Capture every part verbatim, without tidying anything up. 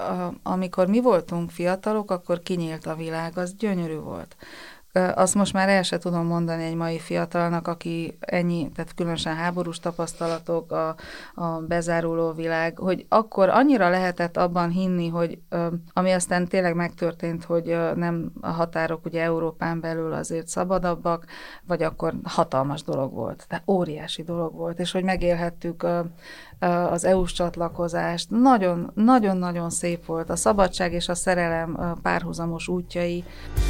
a, amikor mi voltunk fiatalok, akkor kinyílt a világ, az gyönyörű volt. Azt most már el se tudom mondani egy mai fiatalnak, aki ennyi, tehát különösen háborús tapasztalatok, a, a bezáruló világ, hogy akkor annyira lehetett abban hinni, hogy ami aztán tényleg megtörtént, hogy nem a határok ugye Európán belül azért szabadabbak, vagy akkor hatalmas dolog volt, tehát óriási dolog volt, és hogy megélhettük az é u-s csatlakozást. Nagyon, nagyon-nagyon szép volt a szabadság és a szerelem párhuzamos útjai.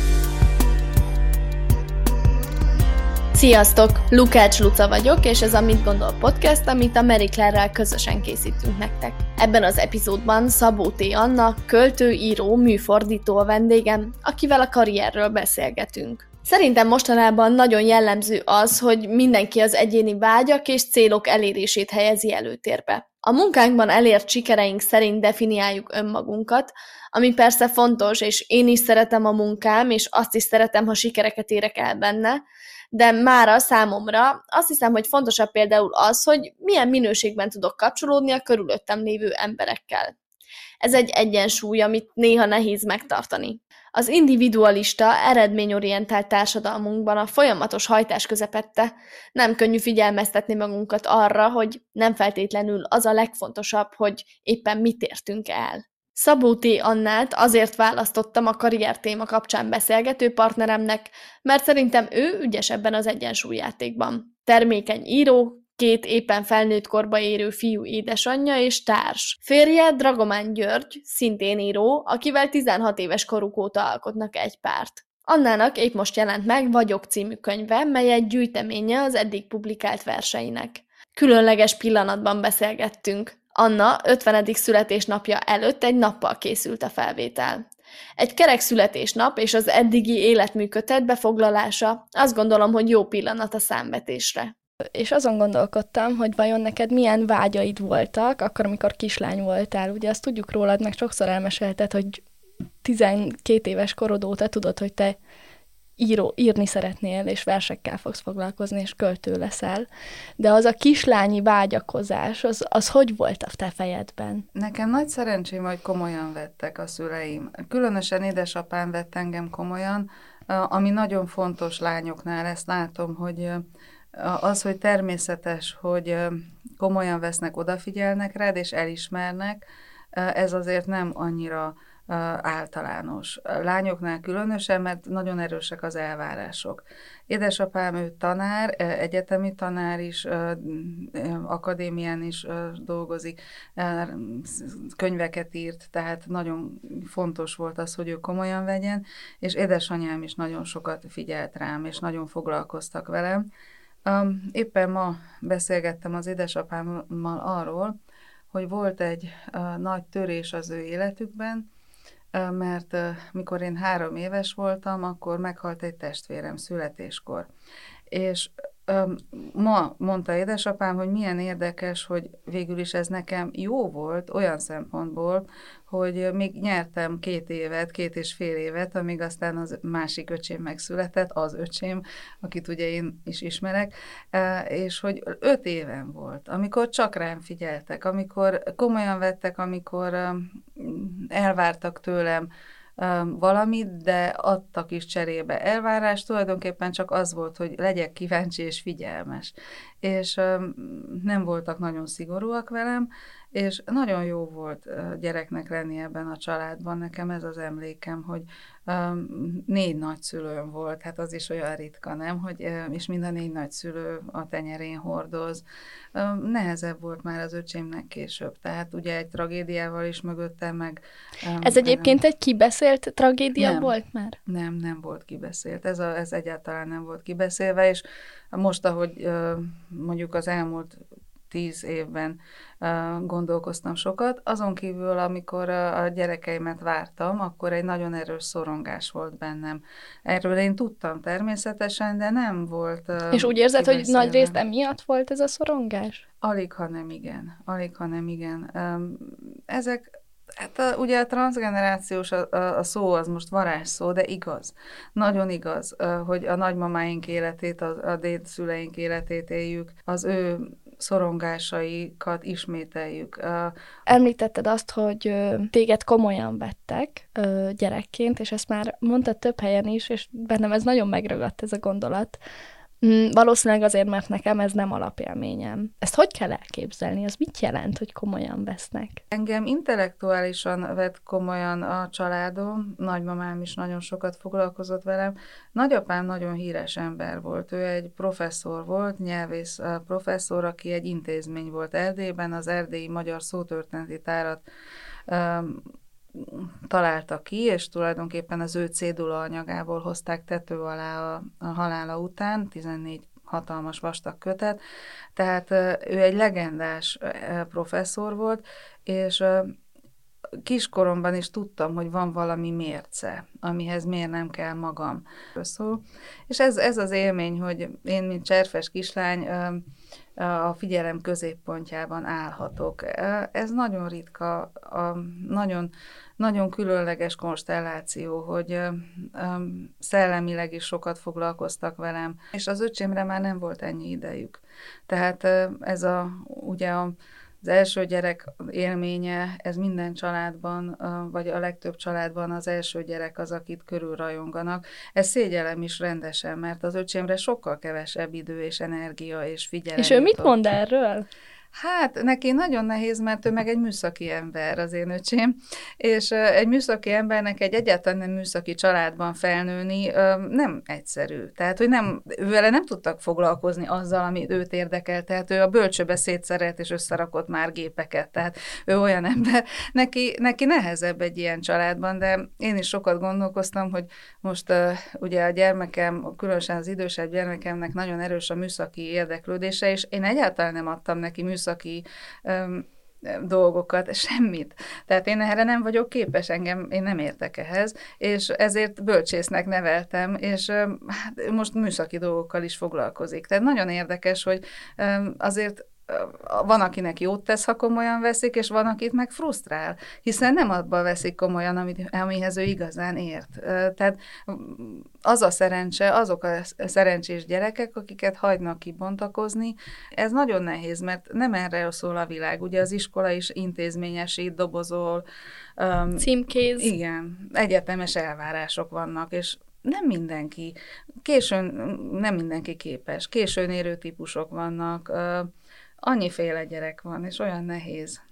Sziasztok! Lukács Luca vagyok, és ez a Mit Gondol Podcast, amit a Mary Claire-rel közösen készítünk nektek. Ebben az epizódban Szabó T. Anna, költő, író, műfordító a vendégem, akivel a karrierről beszélgetünk. Szerintem mostanában nagyon jellemző az, hogy mindenki az egyéni vágyak és célok elérését helyezi előtérbe. A munkánkban elért sikereink szerint definiáljuk önmagunkat, ami persze fontos, és én is szeretem a munkám, és azt is szeretem, ha sikereket érek el benne, de mára számomra azt hiszem, hogy fontosabb például az, hogy milyen minőségben tudok kapcsolódni a körülöttem lévő emberekkel. Ez egy egyensúly, amit néha nehéz megtartani. Az individualista, eredményorientált társadalmunkban a folyamatos hajtás közepette nem könnyű figyelmeztetni magunkat arra, hogy nem feltétlenül az a legfontosabb, hogy éppen mit értünk el. Szabó T. Annát azért választottam a karrier téma kapcsán beszélgető partneremnek, mert szerintem ő ügyes ebben az egyensúlyjátékban. Termékeny író, két éppen felnőtt korba érő fiú édesanyja és társ. Férje Dragomán György, szintén író, akivel tizenhat éves koruk óta alkotnak egy párt. Annának épp most jelent meg Vagyok című könyve, mely egy gyűjteménye az eddig publikált verseinek. Különleges pillanatban beszélgettünk. Anna ötvenedik születésnapja előtt egy nappal készült a felvétel. Egy kerek születésnap és az eddigi életműkötet befoglalása azt gondolom, hogy jó pillanat a számvetésre. És azon gondolkodtam, hogy vajon neked milyen vágyaid voltak, akkor, amikor kislány voltál. Ugye azt tudjuk rólad, meg sokszor elmesélted, hogy tizenkét éves korod óta tudod, hogy te író, írni szeretnél, és versekkel fogsz foglalkozni, és költő leszel. De az a kislányi vágyakozás, az, az hogy volt a te fejedben? Nekem nagy szerencsém, hogy komolyan vettek a szüleim. Különösen édesapám vett engem komolyan, ami nagyon fontos lányoknál, ezt látom, hogy az, hogy természetes, hogy komolyan vesznek, odafigyelnek rád, és elismernek, ez azért nem annyira általános. Lányoknál különösen, mert nagyon erősek az elvárások. Édesapám, ő tanár, egyetemi tanár is, akadémián is dolgozik, könyveket írt, tehát nagyon fontos volt az, hogy ő komolyan vegyen, és édesanyám is nagyon sokat figyelt rám, és nagyon foglalkoztak velem. Éppen ma beszélgettem az édesapámmal arról, hogy volt egy nagy törés az ő életükben, mert mikor én három éves voltam, akkor meghalt egy testvérem születéskor. És ma mondta édesapám, hogy milyen érdekes, hogy végül is ez nekem jó volt olyan szempontból, hogy még nyertem két évet, két és fél évet, amíg aztán az másik öcsém megszületett, az öcsém, akit ugye én is ismerek, és hogy öt éven volt, amikor csak rám figyeltek, amikor komolyan vettek, amikor elvártak tőlem valamit, de adtak is cserébe elvárást, tulajdonképpen csak az volt, hogy legyek kíváncsi és figyelmes. És nem voltak nagyon szigorúak velem, és nagyon jó volt gyereknek lenni ebben a családban. Nekem ez az emlékem, hogy négy nagyszülőm volt, hát az is olyan ritka, nem? Hogy, és mind a négy nagyszülő a tenyerén hordoz. Nehezebb volt már az öcsémnek később, tehát ugye egy tragédiával is mögöttem meg. Ez egyébként egy kibeszélt tragédia nem, volt már? Nem, nem volt kibeszélt. Ez, a, ez egyáltalán nem volt kibeszélve, és most, ahogy mondjuk az elmúlt tíz évben uh, gondolkoztam sokat. Azon kívül, amikor a, a gyerekeimet vártam, akkor egy nagyon erős szorongás volt bennem. Erről én tudtam természetesen, de nem volt uh, És úgy érzed, kibeszélve. hogy nagy részt emiatt volt ez a szorongás? Alig, ha nem igen. Alig, ha nem igen. Um, ezek Hát a, ugye a transzgenerációs a, a, a szó az most varázsszó, de igaz. Nagyon igaz, hogy a nagymamáink életét, a, a dédszüleink életét éljük, az ő szorongásaikat ismételjük. Említetted azt, hogy téged komolyan vettek gyerekként, és ezt már mondtad több helyen is, és bennem ez nagyon megragadt ez a gondolat. Valószínűleg azért, mert nekem ez nem alapélményem. Ezt hogy kell elképzelni? Az mit jelent, hogy komolyan vesznek? Engem intellektuálisan vett komolyan a családom, nagymamám is nagyon sokat foglalkozott velem. Nagyapám nagyon híres ember volt, ő egy professzor volt, nyelvész professzor, aki egy intézmény volt Erdélyben, az Erdélyi Magyar Szótörténeti Tárat um, találta ki, és tulajdonképpen az ő cédula anyagából hozták tető alá a, a halála után, tizennégy hatalmas vastag kötet, tehát ő egy legendás professzor volt, és kiskoromban is tudtam, hogy van valami mérce, amihez mérnem kell magam. Szó. És ez, ez az élmény, hogy én, mint cserfes kislány, a figyelem középpontjában állhatok. Ez nagyon ritka, nagyon, nagyon különleges konstelláció, hogy szellemileg is sokat foglalkoztak velem, és az öcsémre már nem volt ennyi idejük. Tehát ez a, ugye a az első gyerek élménye, ez minden családban, vagy a legtöbb családban az első gyerek az, akit körülrajonganak. Ez szégyellem is rendesen, mert az öcsémre sokkal kevesebb idő és energia és figyelem. És ő jutott. Mit mond erről? Hát neki nagyon nehéz, mert ő meg egy műszaki ember, az én öcsém, és egy műszaki embernek egy egyáltalán nem műszaki családban felnőni nem egyszerű. Tehát, hogy nem, vele nem tudtak foglalkozni azzal, ami őt érdekel, tehát ő a bölcsőbe szétszerelt és összerakott már gépeket, tehát ő olyan ember. Neki, neki nehezebb egy ilyen családban, de én is sokat gondolkoztam, hogy most ugye a gyermekem, különösen az idősebb gyermekemnek nagyon erős a műszaki érdeklődése, és én egyáltalán nem adtam neki műszaki műszaki um, dolgokat, semmit. Tehát én erre nem vagyok képes, engem, én nem értek ehhez, és ezért bölcsésznek neveltem, és um, hát most műszaki dolgokkal is foglalkozik. Tehát nagyon érdekes, hogy um, azért van, akinek jót tesz, ha komolyan veszik, és van, akit meg frusztrál, hiszen nem abban veszik komolyan, amit, amihez ő igazán ért. Tehát az a szerencse, azok a szerencsés gyerekek, akiket hagynak kibontakozni, ez nagyon nehéz, mert nem erre szól a világ. Ugye az iskola is intézményesít, dobozol. Címkéz. Igen, egyetemes elvárások vannak, és nem mindenki, későn nem mindenki képes, későn érő típusok vannak, annyiféle gyerek van, és olyan nehéz.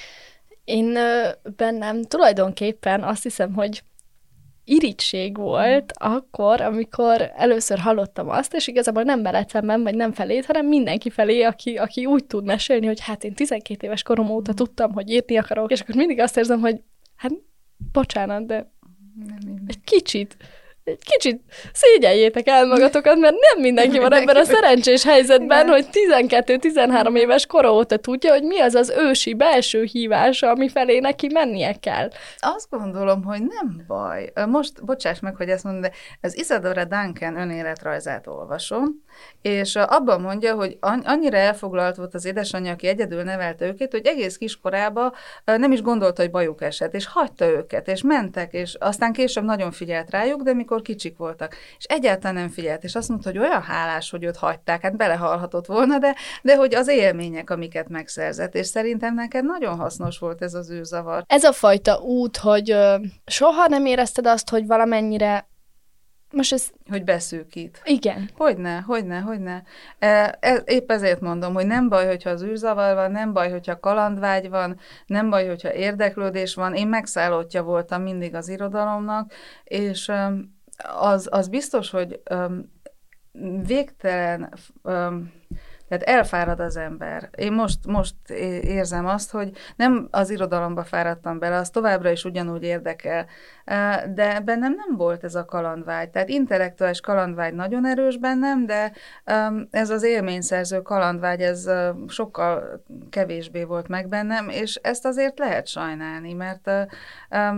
Én bennem tulajdonképpen azt hiszem, hogy irigység volt akkor, amikor először hallottam azt, és igazából nem veled szemben, vagy nem feléd, hanem mindenki felé, aki, aki úgy tud mesélni, hogy hát én tizenkét éves korom óta tudtam, hogy írni akarok, és akkor mindig azt érzem, hogy hát bocsánat, de egy kicsit egy kicsit szégyeljétek el magatokat, mert nem mindenki van ebben a szerencsés helyzetben, hogy tizenkettő-tizenhárom éves kora óta tudja, hogy mi az az ősi belső hívása, ami felé neki mennie kell. Azt gondolom, hogy nem baj. Most, bocsáss meg, hogy ezt mondom, de az Isadora Duncan önéletrajzát olvasom, és abban mondja, hogy annyira elfoglalt volt az édesanyja, aki egyedül nevelte őket, hogy egész kiskorában nem is gondolta, hogy bajuk esett, és hagyta őket, és mentek, és aztán később nagyon figyelt rájuk, de mikor kicsik voltak. És egyáltalán nem figyelt, és azt mondta, hogy olyan hálás, hogy őt hagyták, hát belehalhatott volna, de, de hogy az élmények, amiket megszerzett, és szerintem neked nagyon hasznos volt ez az űrzavar. Ez a fajta út, hogy ö, soha nem érezted azt, hogy valamennyire most ez... Hogy beszűkít. Igen. Hogyne, hogyne, hogyne. E, e, épp ezért mondom, hogy nem baj, hogyha az űrzavar van, nem baj, hogyha kalandvágy van, nem baj, hogyha érdeklődés van. Én megszállottja voltam mindig az irodalomnak, és az, az biztos, hogy um, végtelen... Um, Tehát elfárad az ember. Én most, most érzem azt, hogy nem az irodalomba fáradtam bele, az továbbra is ugyanúgy érdekel, de bennem nem volt ez a kalandvágy. Tehát intellektuális kalandvágy nagyon erős bennem, de ez az élményszerző kalandvágy, ez sokkal kevésbé volt meg bennem, és ezt azért lehet sajnálni, mert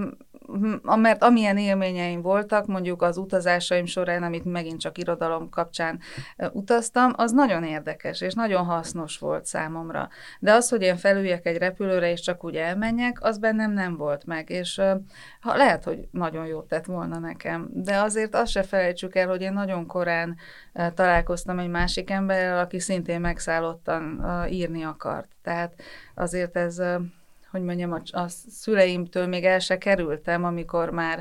mert amilyen élményeim voltak, mondjuk az utazásaim során, amit megint csak irodalom kapcsán utaztam, az nagyon érdekes, és nagyon hasznos volt számomra. De az, hogy én felüljek egy repülőre, és csak úgy elmenjek, az bennem nem volt meg, és ha, lehet, hogy nagyon jót tett volna nekem, de azért azt se felejtsük el, hogy én nagyon korán találkoztam egy másik emberrel, aki szintén megszállottan írni akart. Tehát azért ez, hogy mondjam, a, a szüleimtől még el se kerültem, amikor már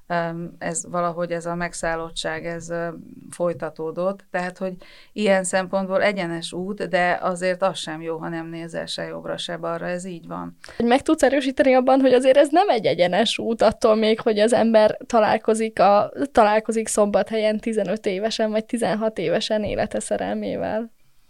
ez valahogy ez a megszállottság, ez folytatódott. Tehát, hogy ilyen szempontból egyenes út, de azért az sem jó, ha nem nézel se jobbra, se balra, ez így van. Meg tudsz erősíteni abban, hogy azért ez nem egy egyenes út, attól még, hogy az ember találkozik, a, találkozik Szombathelyen tizenöt évesen, vagy tizenhat évesen élete szerelmével?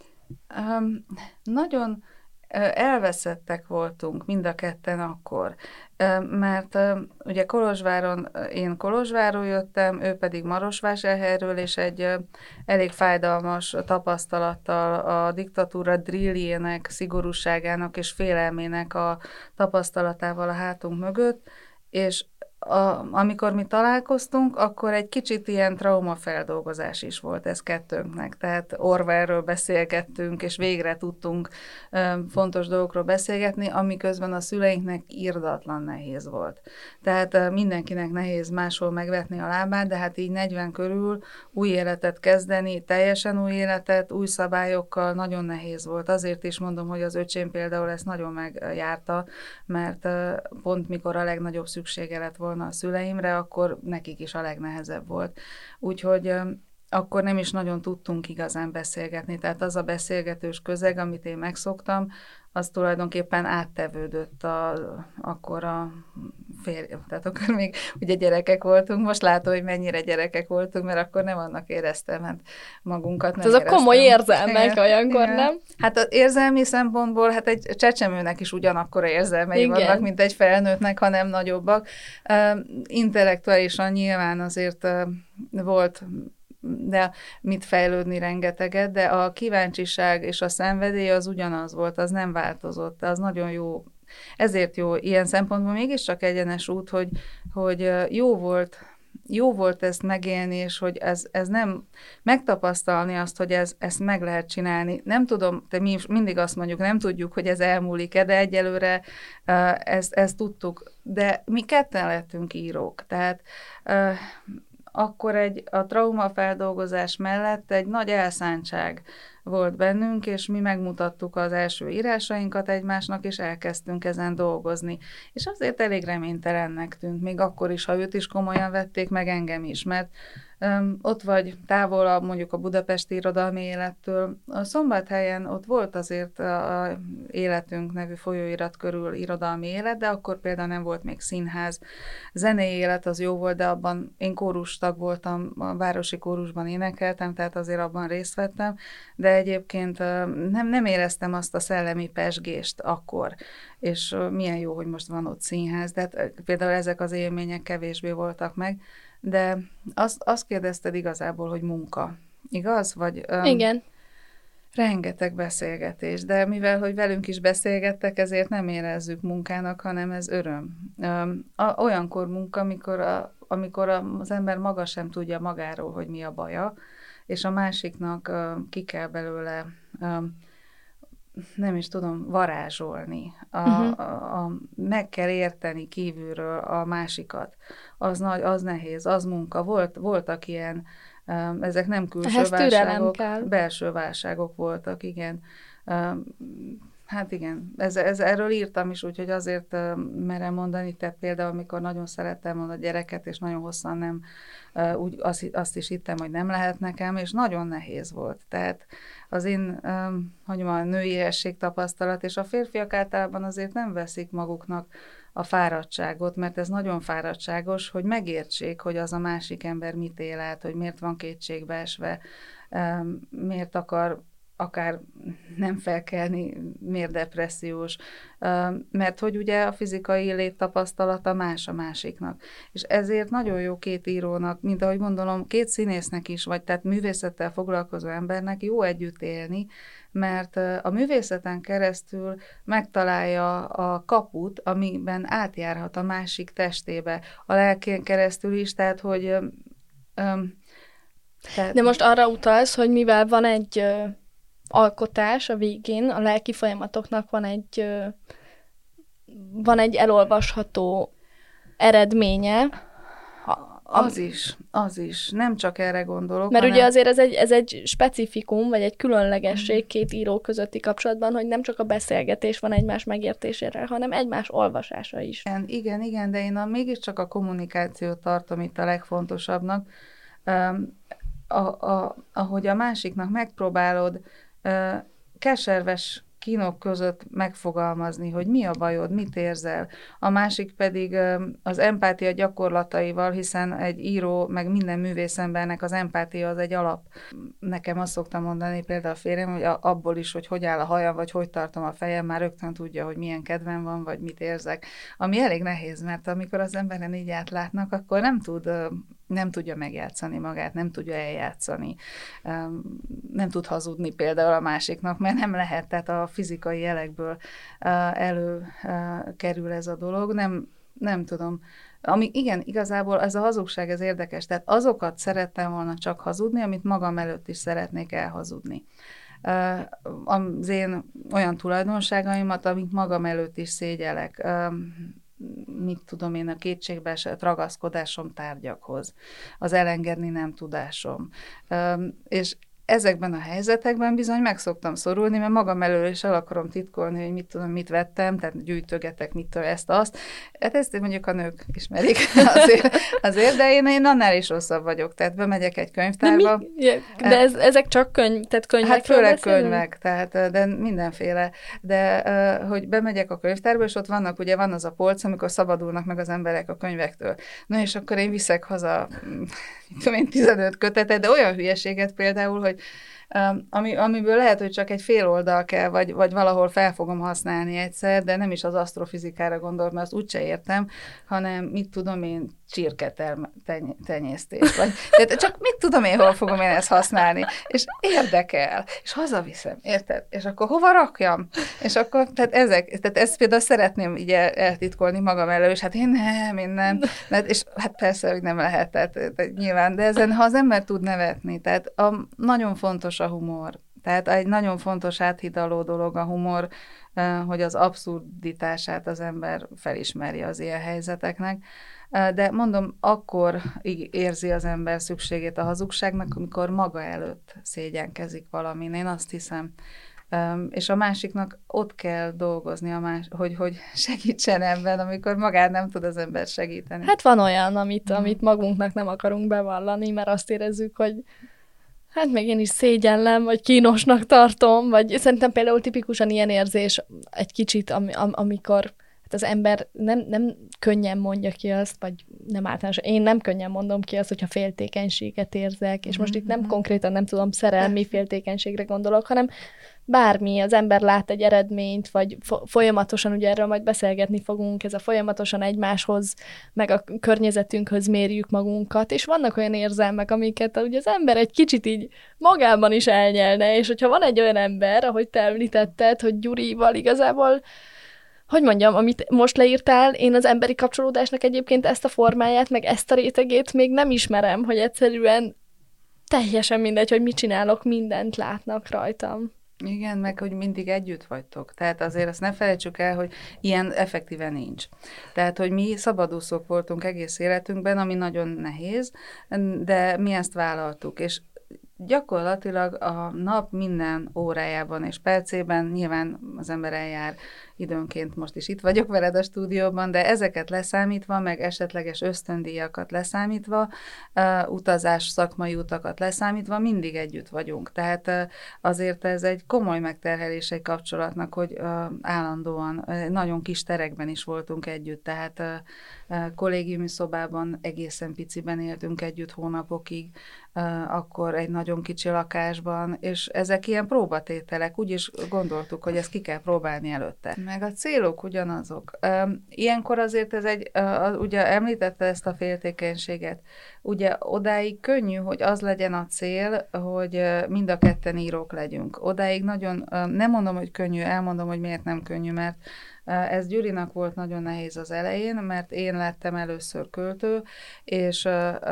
Um, nagyon elveszettek voltunk mind a ketten akkor, mert ugye Kolozsváron, én Kolozsvárról jöttem, ő pedig Marosvásárhelyről, és egy elég fájdalmas tapasztalattal a diktatúra drilljének, szigorúságának és félelmének a tapasztalatával a hátunk mögött, és A, amikor mi találkoztunk, akkor egy kicsit ilyen traumafeldolgozás is volt ez kettőnknek. Tehát Orwellről beszélgettünk, és végre tudtunk ö, fontos dolgokról beszélgetni, amiközben a szüleinknek irdatlan nehéz volt. Tehát ö, mindenkinek nehéz máshol megvetni a lábát, de hát így negyven körül új életet kezdeni, teljesen új életet, új szabályokkal nagyon nehéz volt. Azért is mondom, hogy az öcsém például ezt nagyon megjárta, mert ö, pont mikor a legnagyobb szüksége lett volna a szüleimre, akkor nekik is a legnehezebb volt. Úgyhogy akkor nem is nagyon tudtunk igazán beszélgetni. Tehát az a beszélgetős közeg, amit én megszoktam, az tulajdonképpen áttevődött a, akkor a férj, tehát akkor még ugye gyerekek voltunk, most látom, hogy mennyire gyerekek voltunk, mert akkor nem annak éreztem, hát magunkat nem ez éreztem. Ez a komoly érzelmek igen, olyankor, igen. nem? Hát az érzelmi szempontból, hát egy csecsemőnek is ugyanakkora érzelmei igen. vannak, mint egy felnőttnek, ha nem nagyobbak. Uh, intellektuálisan nyilván azért uh, volt de mit fejlődni rengeteget, de a kíváncsiság és a szenvedély az ugyanaz volt, az nem változott, az nagyon jó. Ezért jó, ilyen szempontból mégiscsak egyenes út, hogy, hogy jó volt, jó volt ezt megélni, és hogy ez, ez nem, megtapasztalni azt, hogy ez, ezt meg lehet csinálni. Nem tudom, de mi mindig azt mondjuk, nem tudjuk, hogy ez elmúlik-e, de egyelőre ezt, ezt tudtuk, de mi ketten lettünk írók, tehát akkor egy, a traumafeldolgozás mellett egy nagy elszántság volt bennünk, és mi megmutattuk az első írásainkat egymásnak, és elkezdtünk ezen dolgozni. És azért elég reménytelennek tűnt, még akkor is, ha őt is komolyan vették, meg engem is, mert um, ott vagy távol a, mondjuk a budapesti irodalmi élettől. A Szombathelyen ott volt azért a, a Életünk nevű folyóirat körül irodalmi élet, de akkor például nem volt még színház. Zenei élet az jó volt, de abban én kórustag voltam, a városi kórusban énekeltem, tehát azért abban részt vettem, de egyébként nem, nem éreztem azt a szellemi pezsgést akkor, és milyen jó, hogy most van ott színház, de hát például ezek az élmények kevésbé voltak meg, de azt, azt kérdezted igazából, hogy munka, igaz? Vagy, igen. Um, rengeteg beszélgetés, de mivel, hogy velünk is beszélgettek, ezért nem érezzük munkának, hanem ez öröm. Um, a, olyankor munka, amikor, a, amikor az ember maga sem tudja magáról, hogy mi a baja, és a másiknak uh, ki kell belőle, um, nem is tudom, varázsolni. A, uh-huh. a, a, meg kell érteni kívülről a másikat. Az, nagy, az nehéz, az munka. Volt, voltak ilyen, um, ezek nem külső Ehhez válságok, belső válságok voltak, igen. Um, Hát igen, ez, ez, erről írtam is, úgyhogy azért uh, merem mondani, tehát például, amikor nagyon szerettem volna a gyereket, és nagyon hosszan nem, uh, úgy azt, azt is hittem, hogy nem lehet nekem, és nagyon nehéz volt. Tehát az én, um, hogy mondjam, a nőiesség tapasztalat, és a férfiak általában azért nem veszik maguknak a fáradtságot, mert ez nagyon fáradtságos, hogy megértsék, hogy az a másik ember mit él át, hogy miért van kétségbeesve, um, miért akar akár nem felkelni, miért depressziós, mert hogy ugye a fizikai léttapasztalata más a másiknak. És ezért nagyon jó két írónak, mint ahogy gondolom, két színésznek is, vagy tehát művészettel foglalkozó embernek jó együtt élni, mert a művészeten keresztül megtalálja a kaput, amiben átjárhat a másik testébe, a lelkén keresztül is, tehát hogy... Um, tehát... De most arra utalsz, hogy mivel van egy ö, alkotás a végén, a lelki folyamatoknak van egy, ö, van egy elolvasható eredménye. Az is, az is. Nem csak erre gondolok. Mert hanem... ugye azért ez egy, ez egy specifikum, vagy egy különlegesség két író közötti kapcsolatban, hogy nem csak a beszélgetés van egymás megértésére, hanem egymás olvasása is. Igen, igen, igen, de én a, mégiscsak a kommunikációt tartom itt a legfontosabbnak. Um, a, a, ahogy a másiknak megpróbálod uh, keserves kínok között megfogalmazni, hogy mi a bajod, mit érzel. A másik pedig az empátia gyakorlataival, hiszen egy író, meg minden művészembernek az empátia az egy alap. Nekem azt szoktam mondani például a férjem, hogy abból is, hogy hogy áll a hajam, vagy hogy tartom a fejem, már rögtön tudja, hogy milyen kedvem van, vagy mit érzek. Ami elég nehéz, mert amikor az emberen így átlátnak, akkor nem tud... nem tudja megjátszani magát, nem tudja eljátszani, nem tud hazudni például a másiknak, mert nem lehet, tehát a fizikai jelekből előkerül ez a dolog, nem, nem tudom. Ami, igen, igazából ez a hazugság, ez érdekes, tehát azokat szerettem volna csak hazudni, amit magam előtt is szeretnék elhazudni. Az én olyan tulajdonságaimat, amik magam előtt is szégyellek, mit tudom én, a kétségbeesett ragaszkodásom tárgyakhoz, az elengedni nem tudásom. És ezekben a helyzetekben bizony meg szoktam szorulni, mert magam elől is el akarom titkolni, hogy mit tudom, mit vettem, tehát gyűjtögetek, mit ezt-azt. Hát ezt mondjuk a nők ismerik azért, azért de én, én annál is rosszabb vagyok, tehát bemegyek egy könyvtárba. De, mi? de ez, ezek csak könyv, tehát könyvekről Hát főleg beszélünk? könyvek, tehát, de mindenféle. De hogy bemegyek a könyvtárba, és ott vannak, ugye van az a polc, amikor szabadulnak meg az emberek a könyvektől. Na és akkor én viszek haza, mit tudom én, tizenöt kötetet, de olyan hülyeséget például, hogy Ami, amiből lehet, hogy csak egy fél oldal kell, vagy, vagy valahol fel fogom használni egyszer, de nem is az asztrofizikára gondolt, mert azt úgyse értem, hanem mit tudom én, csirketenyésztés. Vagy, tehát csak mit tudom én, hol fogom én ezt használni. És érdekel. És hazaviszem, érted? És akkor hova rakjam? És akkor, tehát ezek, tehát ezt például szeretném így eltitkolni magam elől, és hát én nem, én nem. Tehát, és hát persze, hogy nem lehet, tehát, tehát nyilván, de ezen, ha az ember tud nevetni, tehát a, nagyon fontos a humor. Tehát egy nagyon fontos áthidaló dolog a humor, hogy az abszurditását az ember felismeri az ilyen helyzeteknek. De mondom, akkor érzi az ember szükségét a hazugságnak, amikor maga előtt szégyenkezik valamin. Én azt hiszem. És a másiknak ott kell dolgozni, a más, hogy, hogy segítsen ebben, amikor magát nem tud az ember segíteni. Hát van olyan, amit, hmm. amit magunknak nem akarunk bevallani, mert azt érezzük, hogy hát meg én is szégyellem, vagy kínosnak tartom, vagy szerintem például tipikusan ilyen érzés egy kicsit, am, am, amikor hát az ember nem, nem könnyen mondja ki azt, vagy nem általános, én nem könnyen mondom ki azt, hogyha féltékenységet érzek, és mm-hmm. most itt nem konkrétan, nem tudom, szerelmi féltékenységre gondolok, hanem bármi, az ember lát egy eredményt, vagy folyamatosan, ugye erről majd beszélgetni fogunk, ez a folyamatosan egymáshoz, meg a környezetünkhöz mérjük magunkat, és vannak olyan érzelmek, amiket ugye az ember egy kicsit így magában is elnyelne, és hogyha van egy olyan ember, ahogy te említetted, hogy Gyurival igazából, hogy mondjam, amit most leírtál, én az emberi kapcsolódásnak egyébként ezt a formáját, meg ezt a rétegét még nem ismerem, hogy egyszerűen teljesen mindegy, hogy mit csinálok, mindent látnak rajtam. Igen, meg hogy mindig együtt vagytok. Tehát azért azt ne felejtsük el, hogy ilyen effektíven nincs. Tehát, hogy mi szabadúszók voltunk egész életünkben, ami nagyon nehéz, de mi ezt vállaltuk, és gyakorlatilag a nap minden órájában és percében, nyilván az ember eljár időnként, most is itt vagyok veled a stúdióban, de ezeket leszámítva, meg esetleges ösztöndíjakat leszámítva, uh, utazás, szakmai utakat leszámítva, mindig együtt vagyunk. Tehát uh, azért ez egy komoly megterhelés egy kapcsolatnak, hogy uh, állandóan, uh, nagyon kis terekben is voltunk együtt, tehát uh, kollégiumi szobában egészen piciben éltünk együtt hónapokig, akkor egy nagyon kicsi lakásban, és ezek ilyen próbatételek, úgyis gondoltuk, hogy ezt ki kell próbálni előtte. Meg a célok ugyanazok. Ilyenkor azért ez egy, ugye említette ezt a féltékenységet, ugye odáig könnyű, hogy az legyen a cél, hogy mind a ketten írók legyünk. Odáig nagyon, nem mondom, hogy könnyű, elmondom, hogy miért nem könnyű, mert ez Gyurinak volt nagyon nehéz az elején, mert én lettem először költő, és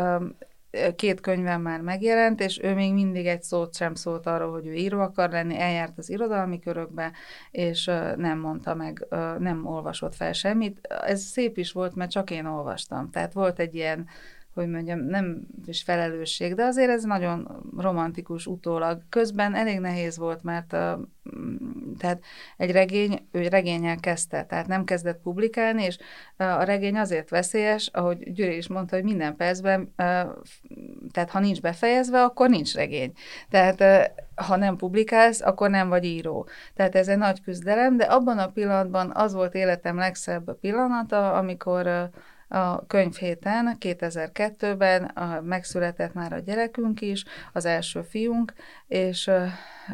két könyvem már megjelent, és ő még mindig egy szót sem szólt arról, hogy ő író akar lenni, eljárt az irodalmi körökbe, és nem mondta meg, nem olvasott fel semmit. Ez szép is volt, mert csak én olvastam. Tehát volt egy ilyen, hogy mondjam, nem is felelősség, de azért ez nagyon romantikus utólag. Közben elég nehéz volt, mert uh, tehát egy regény, ő regénnyel kezdte, tehát nem kezdett publikálni, és uh, a regény azért veszélyes, ahogy Gyuri is mondta, hogy minden percben, uh, tehát ha nincs befejezve, akkor nincs regény. Tehát uh, ha nem publikálsz, akkor nem vagy író. Tehát ez egy nagy küzdelem, de abban a pillanatban az volt életem legszebb pillanata, amikor uh, a könyvhéten kétezer-kettőben a, megszületett már a gyerekünk is, az első fiunk, és a,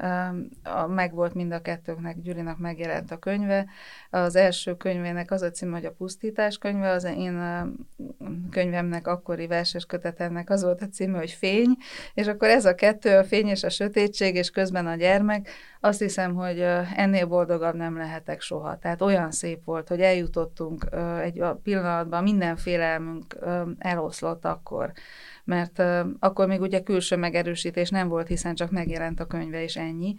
a, megvolt mind a kettőnknek, Gyurinak megjelent a könyve. Az első könyvének az a cím, hogy a Pusztítás könyve, az én a könyvemnek, akkori verses kötetemnek az volt a címe, hogy Fény, és akkor ez a kettő, a fény és a sötétség, és közben a gyermek, azt hiszem, hogy ennél boldogabb nem lehetek soha. Tehát olyan szép volt, hogy eljutottunk egy pillanatban, minden félelmünk eloszlott akkor, mert akkor még ugye külső megerősítés nem volt, hiszen csak megjelent a könyve, és ennyi,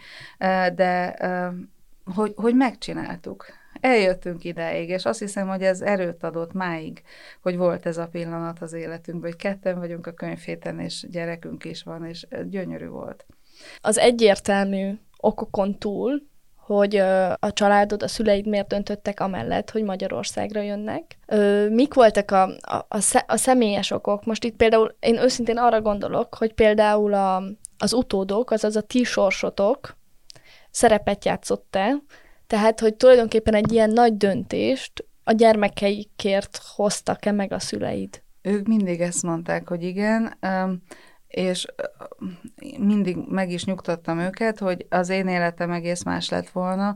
de hogy, hogy megcsináltuk. Eljöttünk ideig, és azt hiszem, hogy ez erőt adott máig, hogy volt ez a pillanat az életünkben, hogy ketten vagyunk a könyvhéten, és gyerekünk is van, és gyönyörű volt. Az egyértelmű okokon túl, hogy a családod, a szüleid miért döntöttek amellett, hogy Magyarországra jönnek. Mik voltak a, a, a személyes okok? Most itt például én őszintén arra gondolok, hogy például a, az utódok, azaz a ti sorsotok szerepet játszott-e, tehát, hogy tulajdonképpen egy ilyen nagy döntést a gyermekeikért hoztak-e meg a szüleid? Ők mindig ezt mondták, hogy igen, és mindig meg is nyugtattam őket, hogy az én életem egész más lett volna,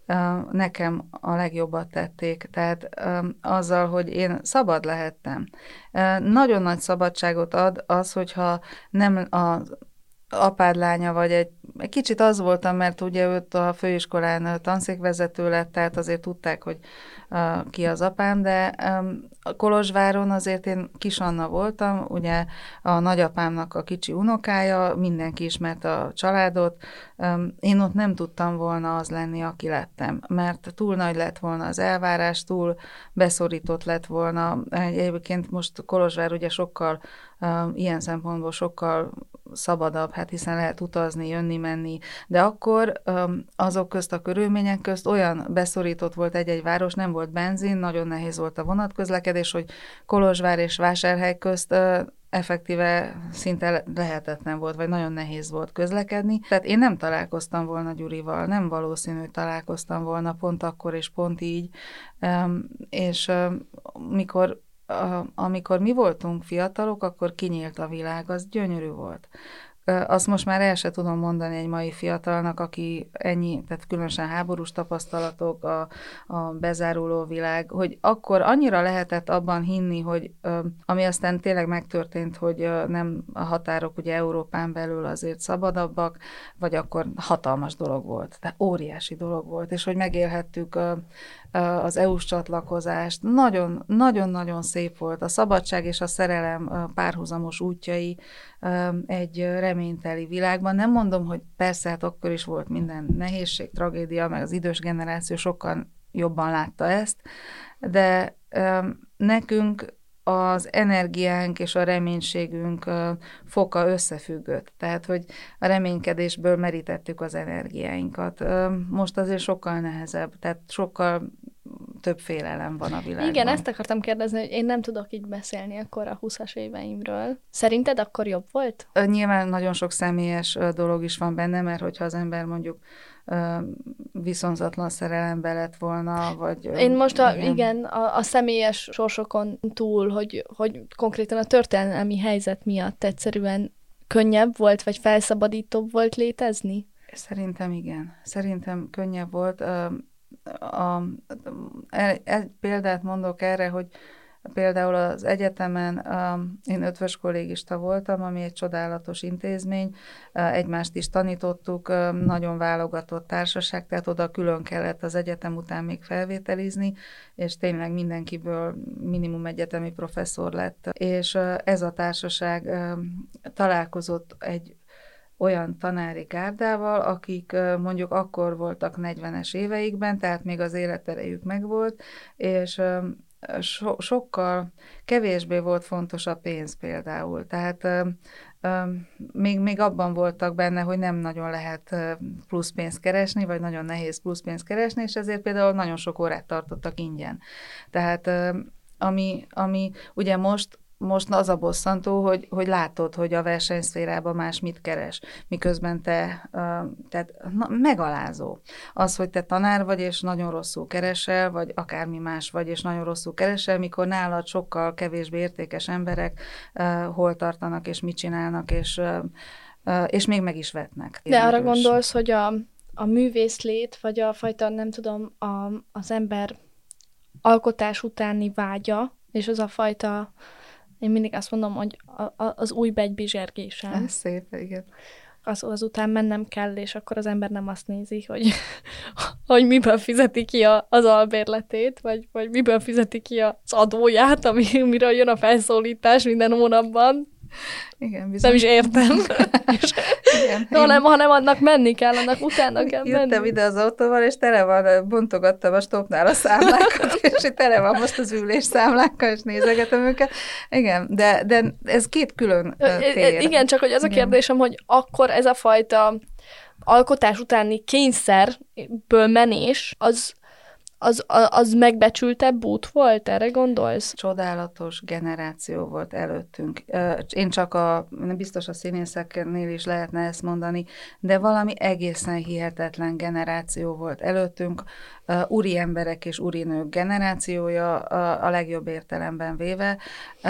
nekem a legjobbat tették, tehát azzal, hogy én szabad lehettem. Nagyon nagy szabadságot ad az, hogyha nem az apád lánya vagy egy, egy kicsit az voltam, mert ugye őt a főiskolán tanszékvezető lett, tehát azért tudták, hogy uh, ki az apám, de um, Kolozsváron azért én Kis Anna voltam, ugye a nagyapámnak a kicsi unokája, mindenki ismerte a családot, um, én ott nem tudtam volna az lenni, aki lettem, mert túl nagy lett volna az elvárás, túl beszorított lett volna. Egyébként most Kolozsvár ugye sokkal, um, ilyen szempontból sokkal szabadabb, hát hiszen lehet utazni, jönni, menni, de akkor um, azok közt a körülmények közt olyan beszorított volt egy-egy város, nem volt benzin, nagyon nehéz volt a vonatközlekedés, hogy Kolozsvár és Vásárhely közt uh, effektíve szinte lehetetlen volt, vagy nagyon nehéz volt közlekedni. Tehát én nem találkoztam volna Gyurival, nem valószínű, hogy találkoztam volna pont akkor és pont így, um, és um, mikor amikor mi voltunk fiatalok, akkor kinyílt a világ, az gyönyörű volt. Azt most már el se tudom mondani egy mai fiatalnak, aki ennyi, tehát különösen háborús tapasztalatok, a, a bezáruló világ, hogy akkor annyira lehetett abban hinni, hogy ami aztán tényleg megtörtént, hogy nem a határok ugye Európán belül azért szabadabbak, vagy akkor hatalmas dolog volt, tehát óriási dolog volt, és hogy megélhettük az é u-s csatlakozást, nagyon, nagyon-nagyon szép volt. A szabadság és a szerelem párhuzamos útjai egy reményteli világban. Nem mondom, hogy persze, hát akkor is volt minden nehézség, tragédia, meg az idős generáció sokkal jobban látta ezt, de nekünk az energiánk és a reménységünk foka összefüggött. Tehát, hogy a reménykedésből merítettük az energiáinkat. Most azért sokkal nehezebb, tehát sokkal több félelem van a világban. Igen, ezt akartam kérdezni, hogy én nem tudok így beszélni akkor a húszas éveimről. Szerinted akkor jobb volt? Nyilván nagyon sok személyes dolog is van benne, mert hogyha az ember mondjuk viszonzatlan szerelembe lett volna, vagy... Én most a, igen, igen a, a személyes sorsokon túl, hogy, hogy konkrétan a történelmi helyzet miatt egyszerűen könnyebb volt, vagy felszabadítóbb volt létezni? Szerintem igen. Szerintem könnyebb volt. A, a, egy, egy példát mondok erre, hogy például az egyetemen um, én ötvös kollégista voltam, ami egy csodálatos intézmény, uh, egymást is tanítottuk, um, nagyon válogatott társaság, tehát oda külön kellett az egyetem után még felvételizni, és tényleg mindenkiből minimum egyetemi professzor lett. És uh, ez a társaság um, találkozott egy olyan tanári gárdával, akik uh, mondjuk akkor voltak negyvenes éveikben, tehát még az életerejük megvolt, és um, So, sokkal kevésbé volt fontos a pénz például. Tehát ö, ö, még, még abban voltak benne, hogy nem nagyon lehet plusz pénzt keresni, vagy nagyon nehéz plusz pénzt keresni, és ezért például nagyon sok órát tartottak ingyen. Tehát ö, ami, ami ugye most Most az a bosszantó, hogy, hogy látod, hogy a versenyszférában más mit keres, miközben te, uh, tehát na, megalázó. Az, hogy te tanár vagy, és nagyon rosszul keresel, vagy akármi más vagy, és nagyon rosszul keresel, mikor nálad sokkal kevésbé értékes emberek uh, hol tartanak, és mit csinálnak, és, uh, uh, és még meg is vetnek. De arra gondolsz, hogy a, a művészlét, vagy a fajta, nem tudom, a, az ember alkotás utáni vágya, és az a fajta, én mindig azt mondom, hogy a, a, az új begybizsergésem. Ez szép, igen. Az, az után mennem kell, és akkor az ember nem azt nézi, hogy, hogy miből fizeti ki a, az albérletét, vagy, vagy miből fizeti ki az adóját, ami, miről jön a felszólítás minden hónapban. Igen, bizony. Nem is értem. Igen, hanem, hanem annak menni kell, annak utána kell menni. Jöttem ide az autóval, és tele van, bontogattam a stopnál a számlákat, és itt tele van most az ülés számlákkal, és nézegetem őket. Igen, de, de ez két külön tér. Igen, csak hogy az a kérdésem, hogy akkor ez a fajta alkotás utáni kényszerből menés, az Az, az megbecsültebb út volt? Erre gondolsz? Csodálatos generáció volt előttünk. Én csak a, biztos a színészeknél is lehetne ezt mondani, de valami egészen hihetetlen generáció volt előttünk. Úri emberek és úrinők generációja a legjobb értelemben véve,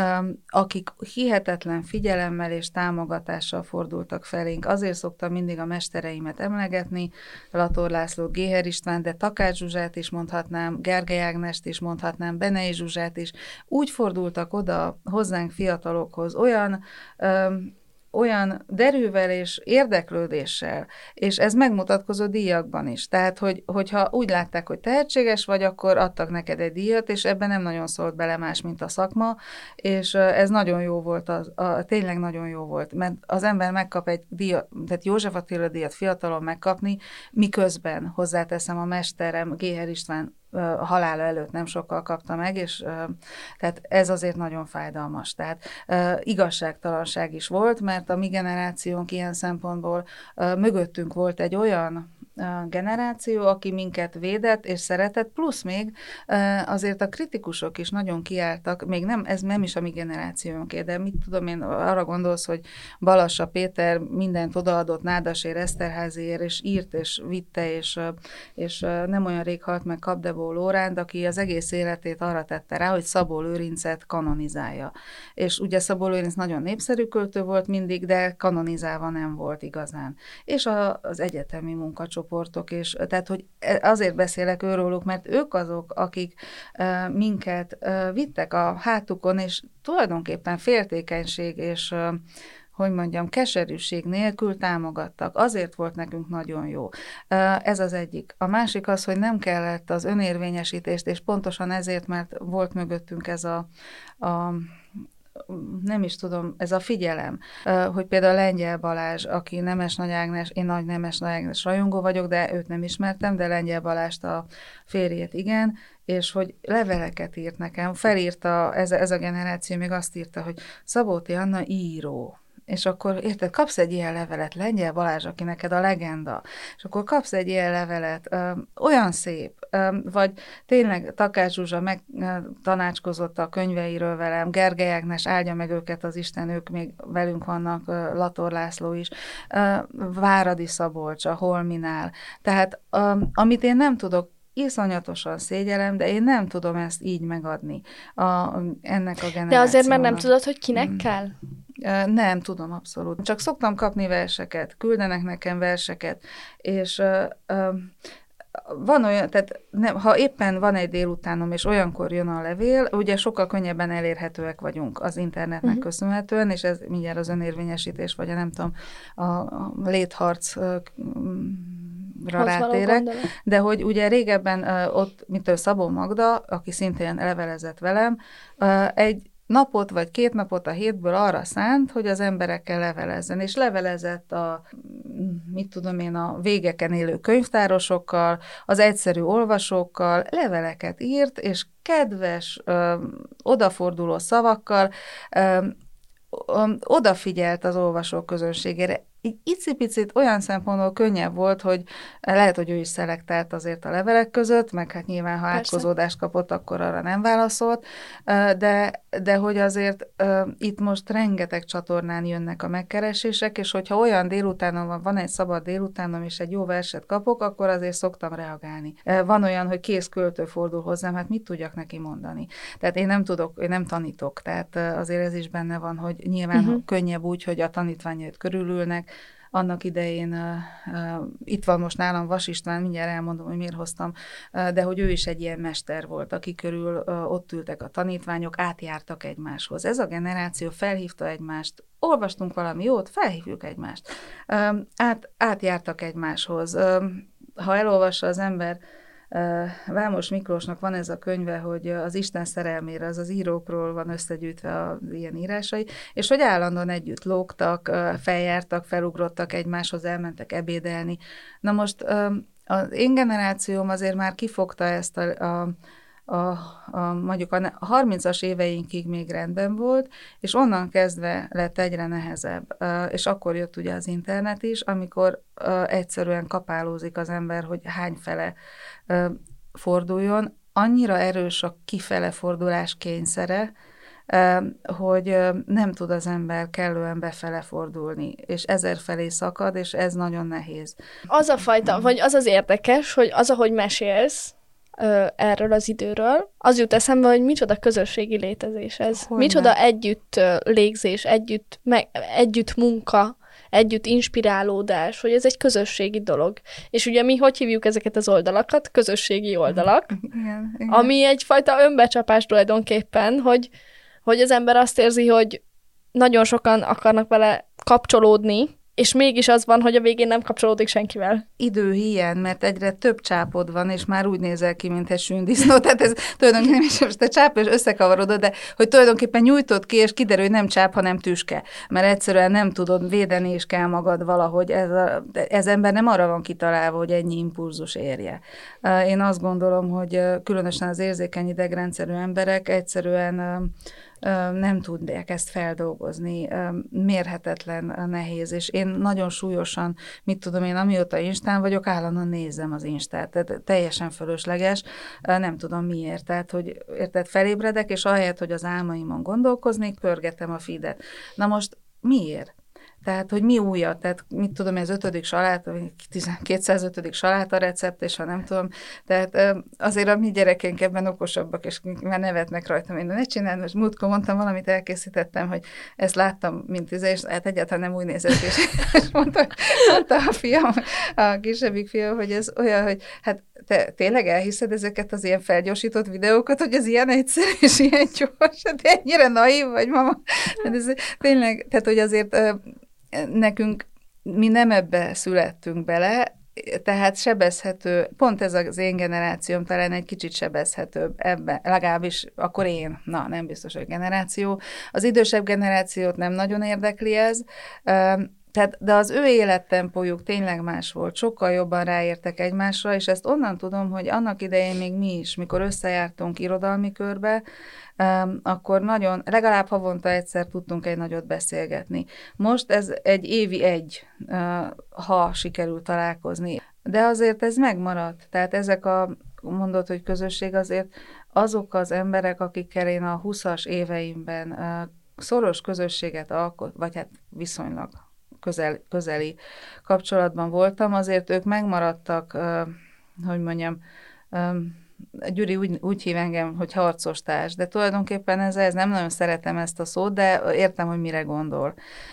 akik hihetetlen figyelemmel és támogatással fordultak felénk. Azért szoktam mindig a mestereimet emlegetni, Lator Lászlót, Géher István, de Takács Zsuzsát is mondhatnám, Gergely Ágnest is mondhatnám, Benei Zsuzsát is. Úgy fordultak oda hozzánk fiatalokhoz, olyan olyan derűvel és érdeklődéssel, és ez megmutatkozott díjakban is. Tehát, hogy, hogyha úgy látták, hogy tehetséges vagy, akkor adtak neked egy díjat, és ebben nem nagyon szólt bele más, mint a szakma, és ez nagyon jó volt, az, a, tényleg nagyon jó volt, mert az ember megkap egy díjat, tehát József Attila díjat fiatalon megkapni, miközben hozzáteszem a mesterem, Géher István a halála előtt nem sokkal kapta meg, és tehát ez azért nagyon fájdalmas. Tehát igazságtalanság is volt, mert a mi generációnk ilyen szempontból mögöttünk volt egy olyan generáció, aki minket védett és szeretett, plusz még azért a kritikusok is nagyon kiálltak, még nem, ez nem is a mi generációnké, de mit tudom én, arra gondolsz, hogy Balassa Péter mindent odaadott Nádasér Eszterházyért, és írt, és vitte, és, és nem olyan rég halt meg Kapdebó Lóránt, aki az egész életét arra tette rá, hogy Szabó Lőrincet kanonizálja. És ugye Szabó Lőrinc nagyon népszerű költő volt mindig, de kanonizálva nem volt igazán. És a, az egyetemi munkacsoport és tehát, hogy azért beszélek őróluk, mert ők azok, akik uh, minket uh, vittek a hátukon, és tulajdonképpen féltékenység és uh, hogy mondjam, keserűség nélkül támogattak. Azért volt nekünk nagyon jó. Uh, ez az egyik. A másik az, hogy nem kellett az önérvényesítést, és pontosan ezért, mert volt mögöttünk ez a, a nem is tudom, ez a figyelem, hogy például Lengyel Balázs, aki Nemes Nagy Ágnes, én nagy Nemes Nagy Ágnes rajongó vagyok, de őt nem ismertem, de Lengyel Balást, a férjét igen, és hogy leveleket írt nekem, felírta, ez, ez a generáció még azt írta, hogy Szabó T. Anna író, és akkor érted, kapsz egy ilyen levelet, Lengyel Balázs, aki neked a legenda, és akkor kapsz egy ilyen levelet, ö, olyan szép, ö, vagy tényleg Takács Zsuzsa meg ö, tanácskozott a könyveiről velem, Gergely Ágnes, áldja meg őket az Isten, ők még velünk vannak, ö, Lator László is, ö, Váradi Szabolcs, a Holminál, tehát ö, amit én nem tudok, iszonyatosan szégyellem, de én nem tudom ezt így megadni a, ennek a generációnak. De azért, mert nem tudod, hogy kinek Mm. kell? Nem, tudom, abszolút. Csak szoktam kapni verseket, küldenek nekem verseket, és uh, uh, van olyan, tehát nem, ha éppen van egy délutánom, és olyankor jön a levél, ugye sokkal könnyebben elérhetőek vagyunk az internetnek uh-huh. köszönhetően, és ez mindjárt az önérvényesítés, vagy a nem tudom, a, a létharcra rátérek, de hogy ugye régebben uh, ott, mint ő Szabó Magda, aki szintén levelezett velem, uh, egy napot vagy két napot a hétből arra szánt, hogy az emberekkel levelezzen, és levelezett a, mit tudom én, a végeken élő könyvtárosokkal, az egyszerű olvasókkal, leveleket írt, és kedves, ö, odaforduló szavakkal ö, ö, odafigyelt az olvasók közönségére. Így icipicit olyan szempontból könnyebb volt, hogy lehet, hogy ő is szelektált azért a levelek között, meg hát nyilván, ha átkozódást kapott, akkor arra nem válaszolt, de, de hogy azért itt most rengeteg csatornán jönnek a megkeresések, és hogyha olyan délutánon van, van egy szabad délutánom, és egy jó verset kapok, akkor azért szoktam reagálni. Van olyan, hogy kész költő fordul hozzám, hát mit tudjak neki mondani? Tehát én nem tudok, én nem tanítok, tehát azért ez is benne van, hogy nyilván uh-huh. könnyebb úgy, hogy a tanítványait körülülnek. Annak idején uh, uh, itt van most nálam Vas István, mindjárt elmondom, hogy miért hoztam, uh, de hogy ő is egy ilyen mester volt, aki körül uh, ott ültek a tanítványok, átjártak egymáshoz. Ez a generáció felhívta egymást, olvastunk valami jót, felhívjuk egymást. Uh, át, átjártak egymáshoz. Uh, ha elolvassa az ember, Uh, Vámos Miklósnak van ez a könyve, hogy az Isten szerelmére, az az írókról van összegyűjtve az ilyen írásai, és hogy állandóan együtt lógtak, uh, feljártak, felugrottak egymáshoz, elmentek ebédelni. Na most uh, az én generációm azért már kifogta ezt a, a A, a, mondjuk a harmincas éveinkig még rendben volt, és onnan kezdve lett egyre nehezebb. Uh, és akkor jött ugye az internet is, amikor uh, egyszerűen kapálózik az ember, hogy hányfele uh, forduljon. Annyira erős a kifele fordulás kényszere, uh, hogy uh, nem tud az ember kellően befele fordulni, és ezer felé szakad, és ez nagyon nehéz. Az a fajta, vagy az az érdekes, hogy az, ahogy mesélsz, erről az időről, az jut eszembe, hogy micsoda közösségi létezés ez. Hogyne. Micsoda együtt légzés, együtt, meg, együtt munka, együtt inspirálódás, hogy ez egy közösségi dolog. És ugye mi hogy hívjuk ezeket az oldalakat? Közösségi oldalak. Igen, igen. Ami egyfajta önbecsapás tulajdonképpen, hogy, hogy az ember azt érzi, hogy nagyon sokan akarnak vele kapcsolódni, és mégis az van, hogy a végén nem kapcsolódik senkivel. Időhiány, mert egyre több csápod van, és már úgy nézel ki, mint egy sűndisznó. Tehát ez tulajdonképpen is most a csáp, és összekavarodod, de hogy tulajdonképpen nyújtod ki, és kiderül, hogy nem csáp, hanem tüske. Mert egyszerűen nem tudod védeni, és kell magad valahogy. Ez, a, ez ember nem arra van kitalálva, hogy ennyi impulzus érje. Én azt gondolom, hogy különösen az érzékeny idegrendszerű emberek egyszerűen nem tudják ezt feldolgozni, mérhetetlen nehéz, és én nagyon súlyosan, mit tudom én, amióta Instán vagyok, állandóan nézem az Instát, tehát teljesen fölösleges, nem tudom miért, tehát, hogy érted, felébredek, és ahelyett, hogy az álmaimon gondolkoznék, pörgetem a feedet. Na most miért? Tehát, hogy mi újat, tehát mit tudom, ez ötödik saláta, vagy kétszázötödik saláta recept, és ha nem tudom, tehát azért a mi gyerekeink ebben okosabbak, és már nevetnek rajtam, én ne csináld, most múltkor mondtam valamit, elkészítettem, hogy ezt láttam, mint tíze, és hát egyáltalán nem úgy nézett, és, és mondta, mondta a fiam, a kisebbik fiam, hogy ez olyan, hogy hát te tényleg elhiszed ezeket az ilyen felgyorsított videókat, hogy ez ilyen egyszerű, és ilyen gyors, de ennyire naív vagy, mama. Hát ez tényleg, tehát, hogy azért nekünk, mi nem ebbe születtünk bele, tehát sebezhető, pont ez az én generációm talán egy kicsit sebezhetőbb ebben, legalábbis akkor én, na nem biztos, hogy generáció. Az idősebb generációt nem nagyon érdekli ez, tehát, de az ő élettempójuk tényleg más volt, sokkal jobban ráértek egymásra, és ezt onnan tudom, hogy annak idején még mi is, mikor összejártunk irodalmi körbe, um, akkor nagyon, legalább havonta egyszer tudtunk egy nagyot beszélgetni. Most ez egy évi egy, uh, ha sikerül találkozni. De azért ez megmaradt. Tehát ezek a, mondod, hogy közösség, azért azok az emberek, akikkel én a huszas éveimben uh, szoros közösséget alkot, vagy hát viszonylag közel, közeli kapcsolatban voltam, azért ők megmaradtak, uh, hogy mondjam, um, Gyuri úgy, úgy hív engem, hogy harcos társ, de tulajdonképpen ez, ez nem nagyon szeretem ezt a szót, de értem, hogy mire gondol. Uh,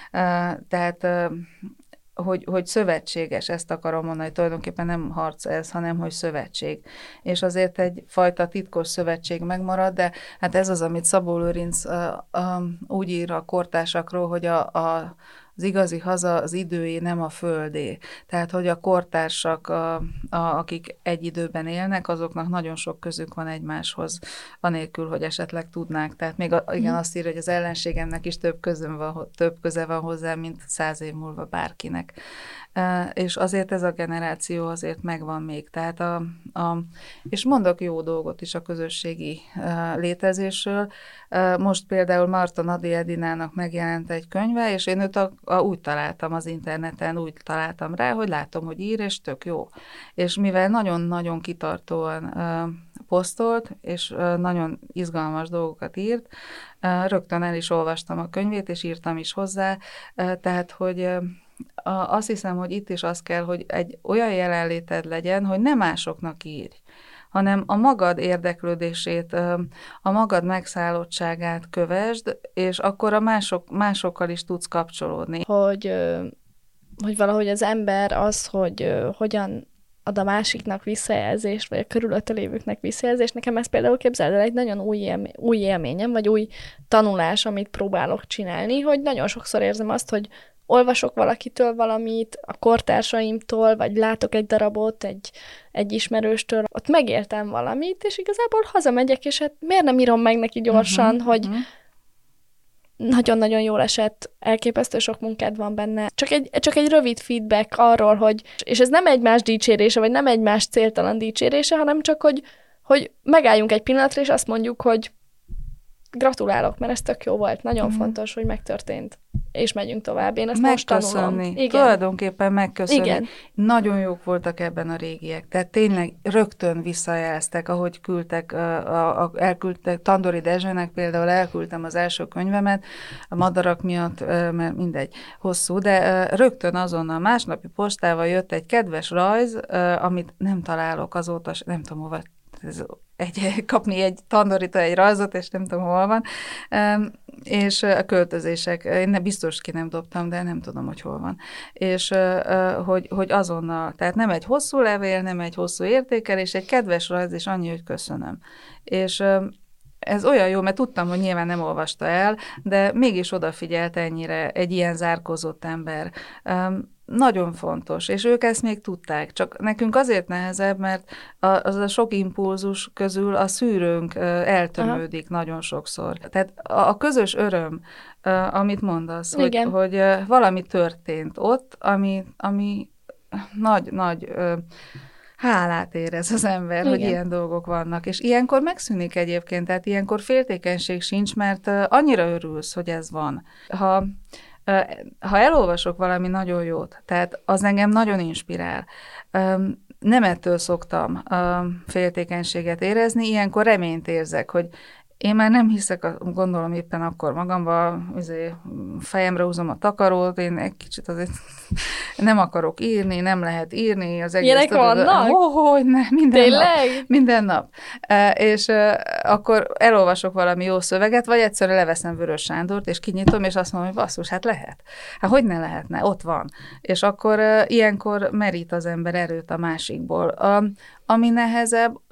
tehát, uh, hogy, hogy szövetséges, ezt akarom mondani, hogy tulajdonképpen nem harc ez, hanem hogy szövetség. És azért egyfajta titkos szövetség megmarad, de hát ez az, amit Szabó Lőrinc uh, uh, úgy ír a kortársakról, hogy a, a az igazi haza az időé, nem a földé. Tehát, hogy a kortársak, a, a, akik egy időben élnek, azoknak nagyon sok közük van egymáshoz, anélkül, hogy esetleg tudnák. Tehát még a, igen, azt írja, hogy az ellenségemnek is több, közön van, több köze van hozzá, mint száz év múlva bárkinek. Uh, és azért ez a generáció azért megvan még. Tehát a, a, és mondok jó dolgot is a közösségi uh, létezésről. Uh, most például Marta Nadi Edinának megjelent egy könyve, és én őt a, a, úgy találtam az interneten, úgy találtam rá, hogy látom, hogy ír, és tök jó. És mivel nagyon-nagyon kitartóan uh, posztolt, és uh, nagyon izgalmas dolgokat írt, uh, rögtön el is olvastam a könyvét, és írtam is hozzá, uh, tehát, hogy uh, azt hiszem, hogy itt is az kell, hogy egy olyan jelenléted legyen, hogy nem másoknak írj, hanem a magad érdeklődését, a magad megszállottságát kövesd, és akkor a mások, másokkal is tudsz kapcsolódni. Hogy, hogy valahogy az ember az, hogy hogyan ad a másiknak visszajelzést, vagy a körülötte lévőknek visszajelzést. Nekem ez például, képzeld el, egy nagyon új, élmény, új élményem, vagy új tanulás, amit próbálok csinálni, hogy nagyon sokszor érzem azt, hogy olvasok valakitől valamit, a kortársaimtól, vagy látok egy darabot egy, egy ismerőstől, ott megértem valamit, és igazából hazamegyek, és hát miért nem írom meg neki gyorsan, uh-huh, hogy uh-huh. nagyon-nagyon jól esett, elképesztő sok munkád van benne. Csak egy, csak egy rövid feedback arról, hogy, és ez nem egymás dicsérése, vagy nem egymás céltalan dicsérése, hanem csak, hogy, hogy megálljunk egy pillanatra, és azt mondjuk, hogy gratulálok, mert ez tök jó volt. Nagyon uh-huh. fontos, hogy megtörtént. És megyünk tovább. Én ezt most tanulom. Igen. Tulajdonképpen megköszönni. Igen. Nagyon jók voltak ebben a régiek. Tehát tényleg rögtön visszajelztek, ahogy küldtek, a, a, elküldtek, Tandori Dezsőnek például elküldtem az első könyvemet, a madarak miatt, mert mindegy, hosszú, de rögtön azonnal másnapi postával jött egy kedves rajz, amit nem találok azóta, nem tudom hova, ez egy, kapni egy Tandoritól egy rajzot, és nem tudom, hol van, és a költözések, én ne, biztos ki nem dobtam, de nem tudom, hogy hol van, és hogy, hogy azonnal, tehát nem egy hosszú levél, nem egy hosszú értékelés, egy kedves rajz, és annyi, hogy köszönöm. És ez olyan jó, mert tudtam, hogy nyilván nem olvasta el, de mégis odafigyelt ennyire egy ilyen zárkózott ember. Nagyon fontos, és ők ezt még tudták, csak nekünk azért nehezebb, mert az a sok impulzus közül a szűrőnk eltömődik Aha. nagyon sokszor. Tehát a közös öröm, amit mondasz, hogy, hogy valami történt ott, ami, ami nagy, nagy hálát érez az ember, Igen. hogy ilyen dolgok vannak, és ilyenkor megszűnik egyébként, tehát ilyenkor féltékenység sincs, mert annyira örülsz, hogy ez van. Ha Ha elolvasok valami nagyon jót, tehát az engem nagyon inspirál, nem ettől szoktam féltékenységet érezni, ilyenkor reményt érzek, hogy én már nem hiszek, gondolom éppen akkor magamba, azért fejemre húzom a takarót, én egy kicsit azért nem akarok írni, nem lehet írni. Az egész Ilyenek vannak? Ó, hogy ne, minden Tényleg? nap. Minden nap. És akkor elolvasok valami jó szöveget, vagy egyszerűen leveszem Vörös Sándort, és kinyitom, és azt mondom, hogy basszus, hát lehet. Hát hogy ne lehetne? Ott van. És akkor ilyenkor merít az ember erőt a másikból. A, ami nehezebb,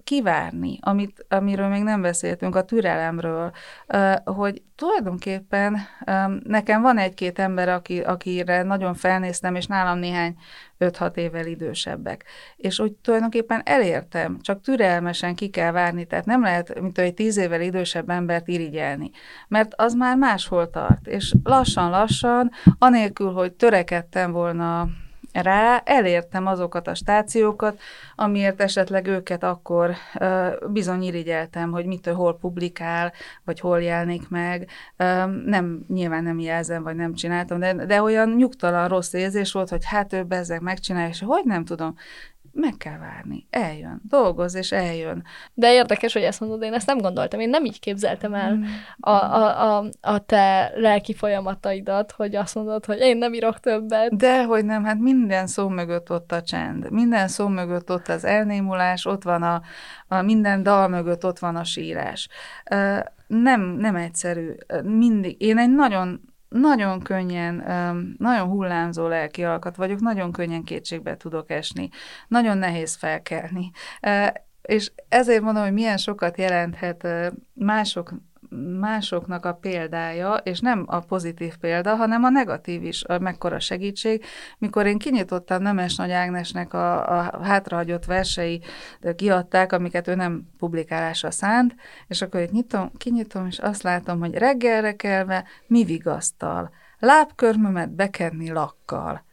kivárni, amit, amiről még nem beszéltünk, a türelemről, hogy tulajdonképpen nekem van egy-két ember, aki, akire nagyon felnéztem, és nálam néhány öt-hat évvel idősebbek. És úgy tulajdonképpen elértem, csak türelmesen ki kell várni, tehát nem lehet, mint egy tíz évvel idősebb embert irigyelni, mert az már máshol tart, és lassan-lassan, anélkül, hogy törekedtem volna rá, elértem azokat a stációkat, amiért esetleg őket akkor uh, bizony irigyeltem, hogy mitől hol publikál, vagy hol jelenik meg. Uh, nem, nyilván nem jelzem, vagy nem csináltam, de, de olyan nyugtalan rossz érzés volt, hogy hát ő bezzeg megcsinálja, és hogy nem tudom, meg kell várni, eljön, dolgoz, és eljön. De érdekes, hogy ezt mondod, én ezt nem gondoltam, én nem így képzeltem el a, a, a, a te lelki folyamataidat, hogy azt mondod, hogy én nem írok többet. Dehogy nem, hát minden szó mögött ott a csend, minden szó mögött ott az elnémulás, ott van a, a minden dal mögött ott van a sírás. Nem, nem egyszerű, mindig, én egy nagyon nagyon könnyen, nagyon hullámzó lelki alkat vagyok, nagyon könnyen kétségbe tudok esni, nagyon nehéz felkelni. És ezért mondom, hogy milyen sokat jelenthet mások, másoknak a példája, és nem a pozitív példa, hanem a negatív is, a mekkora segítség. Mikor én kinyitottam Nemes Nagy Ágnesnek a, a hátrahagyott versei, kiadták, amiket ő nem publikálásra szánt, és akkor itt nyitom, kinyitom, és azt látom, hogy reggelre kelve mi vigasztal, lábkörmömet bekenni lakkal.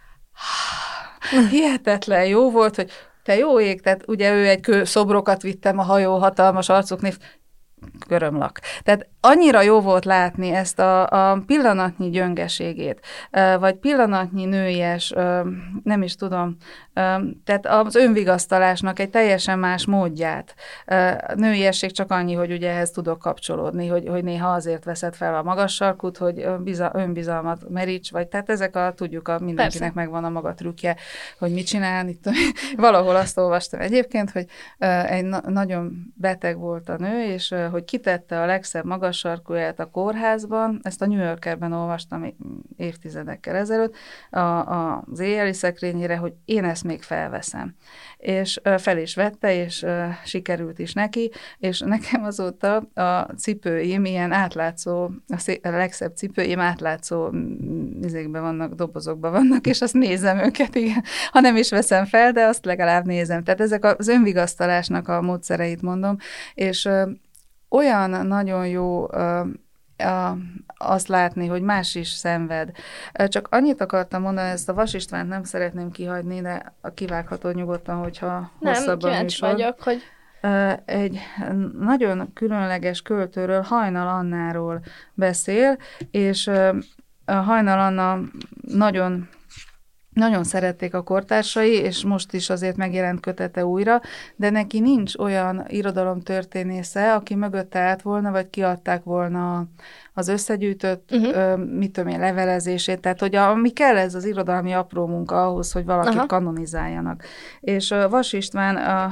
Hihetetlen jó volt, hogy te jó ég, tehát ugye ő egy kő, szobrokat vittem a hajó, hatalmas arcuknév, körömlak. Tehát annyira jó volt látni ezt a, a pillanatnyi gyöngeségét, vagy pillanatnyi nőies, nem is tudom, tehát az önvigasztalásnak egy teljesen más módját. Nőiesség csak annyi, hogy ugye ehhez tudok kapcsolódni, hogy, hogy néha azért veszed fel a magas sarkut, hogy biza, önbizalmat meríts, vagy tehát ezek a, tudjuk, a mindenkinek Persze. megvan a maga trükkje, hogy mit csinálni. Valahol azt olvastam egyébként, hogy egy na- nagyon beteg volt a nő, és hogy kitette a legszebb magas sarkuját a kórházban, ezt a New Yorkerben olvastam évtizedekkel ezelőtt, a, a, az éjjeli szekrényére, hogy én ezt még felveszem. És fel is vette, és uh, sikerült is neki, és nekem azóta a cipőim ilyen átlátszó, a, szé- a legszebb cipőim átlátszó izékben vannak, dobozokban vannak, és azt nézem őket, igen. Ha nem is veszem fel, de azt legalább nézem. Tehát ezek az önvigasztalásnak a módszereit mondom, és uh, olyan nagyon jó uh, uh, azt látni, hogy más is szenved. Uh, csak annyit akartam mondani, ezt a Vas Istvánt nem szeretném kihagyni, de kivághatod nyugodtan, hogyha hosszabb a műsor. Nem, kíváncsi vagyok, hogy... Uh, egy nagyon különleges költőről, Hajnal Annáról beszél, és uh, a Hajnal Anna nagyon... Nagyon szerették a kortársai, és most is azért megjelent kötete újra, de neki nincs olyan irodalomtörténésze, aki mögötte állt volna, vagy kiadták volna az összegyűjtött, uh-huh. mit tudom én, levelezését, tehát hogy ami kell ez az irodalmi apró munka ahhoz, hogy valakit Aha. kanonizáljanak. És Vas István a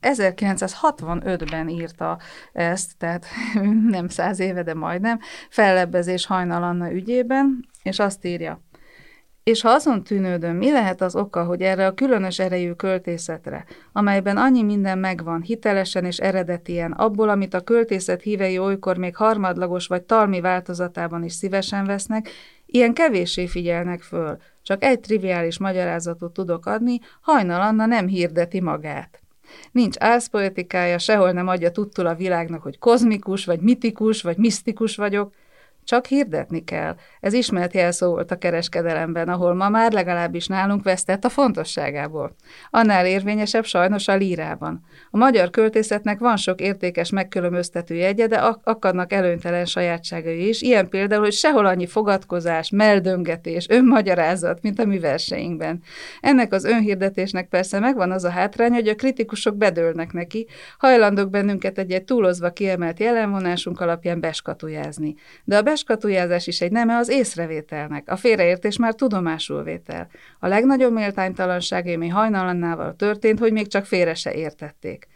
ezerkilencszázhatvanötben írta ezt, tehát nem száz éve, de majdnem, Fellebbezés Hajnal Anna ügyében, és azt írja: és ha azon tűnődöm, mi lehet az oka, hogy erre a különös erejű költészetre, amelyben annyi minden megvan, hitelesen és eredetien, abból, amit a költészet hívei olykor még harmadlagos vagy talmi változatában is szívesen vesznek, ilyen kevéssé figyelnek föl. Csak egy triviális magyarázatot tudok adni, Hajnal Anna nem hirdeti magát. Nincs álszpoetikája, sehol nem adja tudtul a világnak, hogy kozmikus, vagy mitikus, vagy misztikus vagyok, csak hirdetni kell. Ez ismert jelszó volt a kereskedelemben, ahol ma már legalábbis nálunk vesztett a fontosságából. Annál érvényesebb sajnos a lírában. A magyar költészetnek van sok értékes megkülönböztető jegye, de ak- akadnak előnytelen sajátságai is, ilyen például, hogy sehol annyi fogadkozás, meldöngetés, önmagyarázat, mint a mi verseinkben. Ennek az önhirdetésnek persze megvan az a hátrány, hogy a kritikusok bedőlnek neki, hajlandók bennünket egy-egy túlozva kiemelt jelenvonásunk alapján beskatujázni. De a beskatujázás is egy neme az észrevételnek, a félreértés már tudomásul vétel. A legnagyobb méltánytalanság, ami Hajnal Annával történt, hogy még csak félre se értették.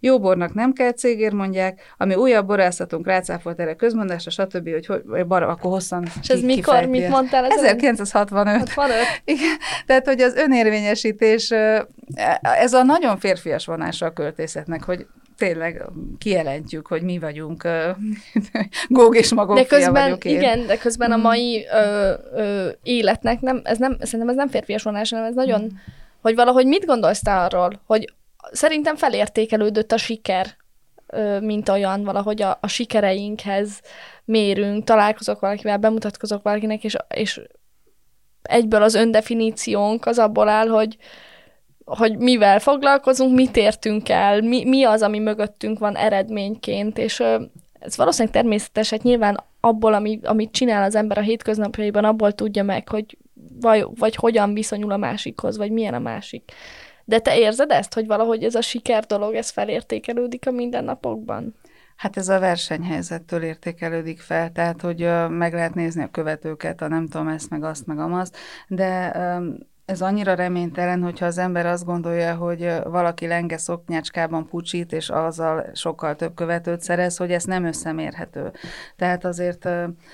jó bornak nem kell cégér, mondják, ami újabb borászatunk rácáfolt erre közmondásra, stb., hogy, hogy bar, akkor hosszan És ez ki, mikor, mit mondtál? ezerkilencszázhatvanöt. hatvanöt Igen, tehát, hogy az önérvényesítés, ez a nagyon férfias vonása a költészetnek, hogy tényleg kijelentjük, hogy mi vagyunk, Góg és Magog de közben, fia vagyok én. Igen, de közben a mai ö, ö, életnek nem, ez nem, szerintem ez nem férfias vonás, hanem ez nagyon, mm. hogy valahogy mit gondolsz te arról, hogy szerintem felértékelődött a siker, ö, mint olyan, valahogy a, a sikereinkhez mérünk, találkozok valakivel, bemutatkozok valakinek, és, és egyből az öndefiníciónk az abból áll, hogy hogy mivel foglalkozunk, mit értünk el, mi, mi az, ami mögöttünk van eredményként, és ö, ez valószínűleg természetes, hát nyilván abból, ami, amit csinál az ember a hétköznapjaiban, abból tudja meg, hogy vagy, vagy hogyan viszonyul a másikhoz, vagy milyen a másik. De te érzed ezt, hogy valahogy ez a siker dolog, ez felértékelődik a mindennapokban? Hát ez a versenyhelyzettől értékelődik fel, tehát hogy ö, meg lehet nézni a követőket, a nem tudom ezt, meg azt, meg amazt, de... Ö, ez annyira reménytelen, hogyha az ember azt gondolja, hogy valaki lenge szoknyácskában pucsít, és azzal sokkal több követőt szerez, hogy ez nem összemérhető. Tehát azért,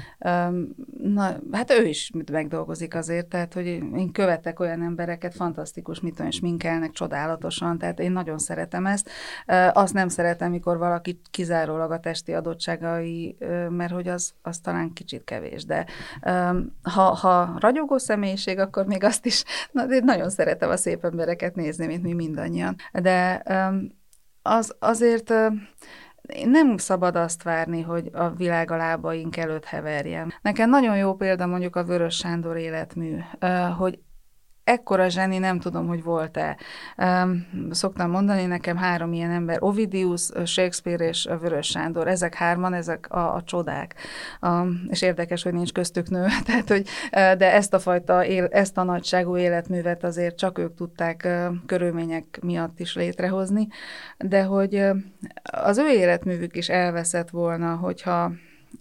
na, hát ő is megdolgozik azért, tehát, hogy én követek olyan embereket, fantasztikus, mit tudom, és minkelnek csodálatosan, tehát én nagyon szeretem ezt. Azt nem szeretem, mikor valaki kizárólag a testi adottságai, mert hogy az, az talán kicsit kevés, de ha, ha ragyogó személyiség, akkor még azt is. Na, én nagyon szeretem a szép embereket nézni, mint mi mindannyian. De az, azért nem szabad azt várni, hogy a világ a lábaink előtt heverjen. Nekem nagyon jó példa mondjuk a Vörös Sándor életmű, hogy ekkora zseni, nem tudom, hogy volt-e. Szoktam mondani, nekem három ilyen ember, Ovidius, Shakespeare és Vörös Sándor, ezek hárman, ezek a, a csodák. És érdekes, hogy nincs köztük nő, tehát, hogy, de ezt a fajta, ezt a nagyságú életművet azért csak ők tudták körülmények miatt is létrehozni, de hogy az ő életművük is elveszett volna, hogyha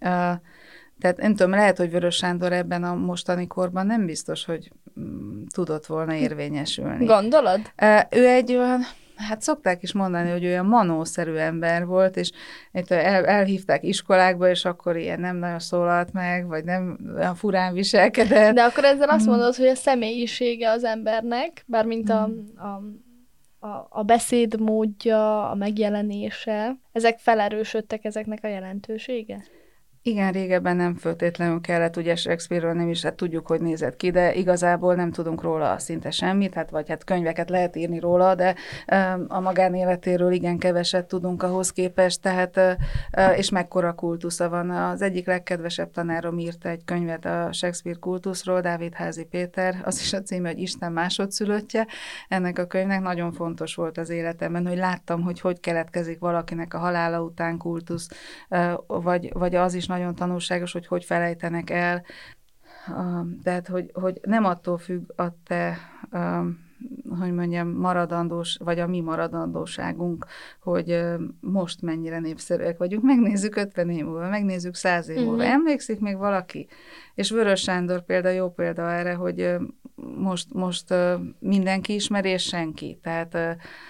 tehát nem tudom, lehet, hogy Vörös Sándor ebben a mostani korban nem biztos, hogy mm, tudott volna érvényesülni. Gondolod? Ő egy olyan, hát szokták is mondani, hogy olyan manószerű ember volt, és el, elhívták iskolákba, és akkor ilyen nem nagyon szólalt meg, vagy nem olyan furán viselkedett. De akkor ezzel azt mondod, hogy a személyisége az embernek, bármint a, a, a, a beszédmódja, a megjelenése, ezek felerősödtek, ezeknek a jelentősége? Igen, régebben nem föltétlenül kellett, ugye Shakespeare-ről nem is, hát tudjuk, hogy nézett ki, de igazából nem tudunk róla szinte semmit, hát vagy hát könyveket lehet írni róla, de um, a magánéletéről igen keveset tudunk ahhoz képest, tehát, uh, és mekkora kultusza van. Az egyik legkedvesebb tanárom írta egy könyvet a Shakespeare kultuszról, Dávid Házi Péter, az is a címe, hogy Isten másodszülöttje. Ennek a könyvnek nagyon fontos volt az életemben, hogy láttam, hogy hogy keletkezik valakinek a halála után kultusz, uh, vagy, vagy az is nagyon tanulságos, hogy hogy felejtenek el. Tehát, hogy, hogy nem attól függ a te, hogy mondjam, maradandós, vagy a mi maradandóságunk, hogy most mennyire népszerűek vagyunk. Megnézzük ötven év múlva, megnézzük száz év múlva. Uh-huh. Emlékszik még valaki? És Vörös Sándor példa, jó példa erre, hogy most, most mindenki ismeri, és senki. Tehát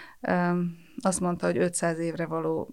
azt mondta, hogy ötszáz évre való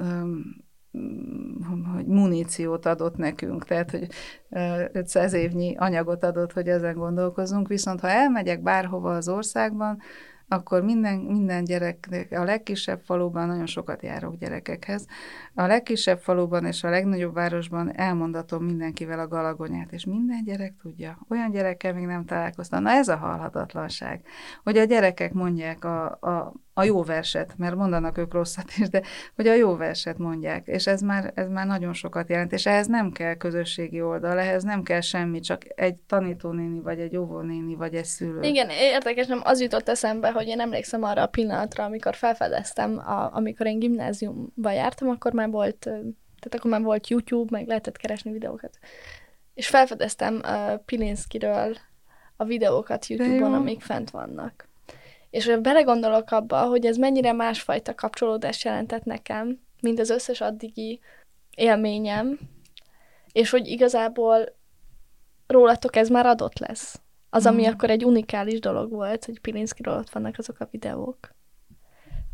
hogy muníciót adott nekünk, tehát, hogy ötszáz évnyi anyagot adott, hogy ezen gondolkozunk, viszont ha elmegyek bárhova az országban, akkor minden, minden gyerek, a legkisebb faluban, nagyon sokat járok gyerekekhez, a legkisebb faluban és a legnagyobb városban elmondatom mindenkivel a galagonyát, és minden gyerek tudja. Olyan gyerekkel még nem találkoztam. Na ez a halhatatlanság, hogy a gyerekek mondják a, a, a jó verset, mert mondanak ők rosszat is, de hogy a jó verset mondják, és ez már, ez már nagyon sokat jelent, és ehhez nem kell közösségi oldal, ehhez nem kell semmi, csak egy tanítónéni, vagy egy óvónéni, vagy egy szülő. Igen, érdekes, nem az jutott eszembe, hogy én emlékszem arra a pillanatra, amikor felfedeztem, a, amikor én gimnáziumba jártam, akkor már volt, tehát akkor már volt YouTube, meg lehetett keresni videókat. És felfedeztem uh, Pilinszkiről a videókat YouTube-on, amik fent vannak. És belegondolok abba, hogy ez mennyire másfajta kapcsolódást jelentett nekem, mint az összes addigi élményem, és hogy igazából rólatok ez már adott lesz. Az, ami mm. akkor egy unikális dolog volt, hogy Pilinszkiről ott vannak azok a videók.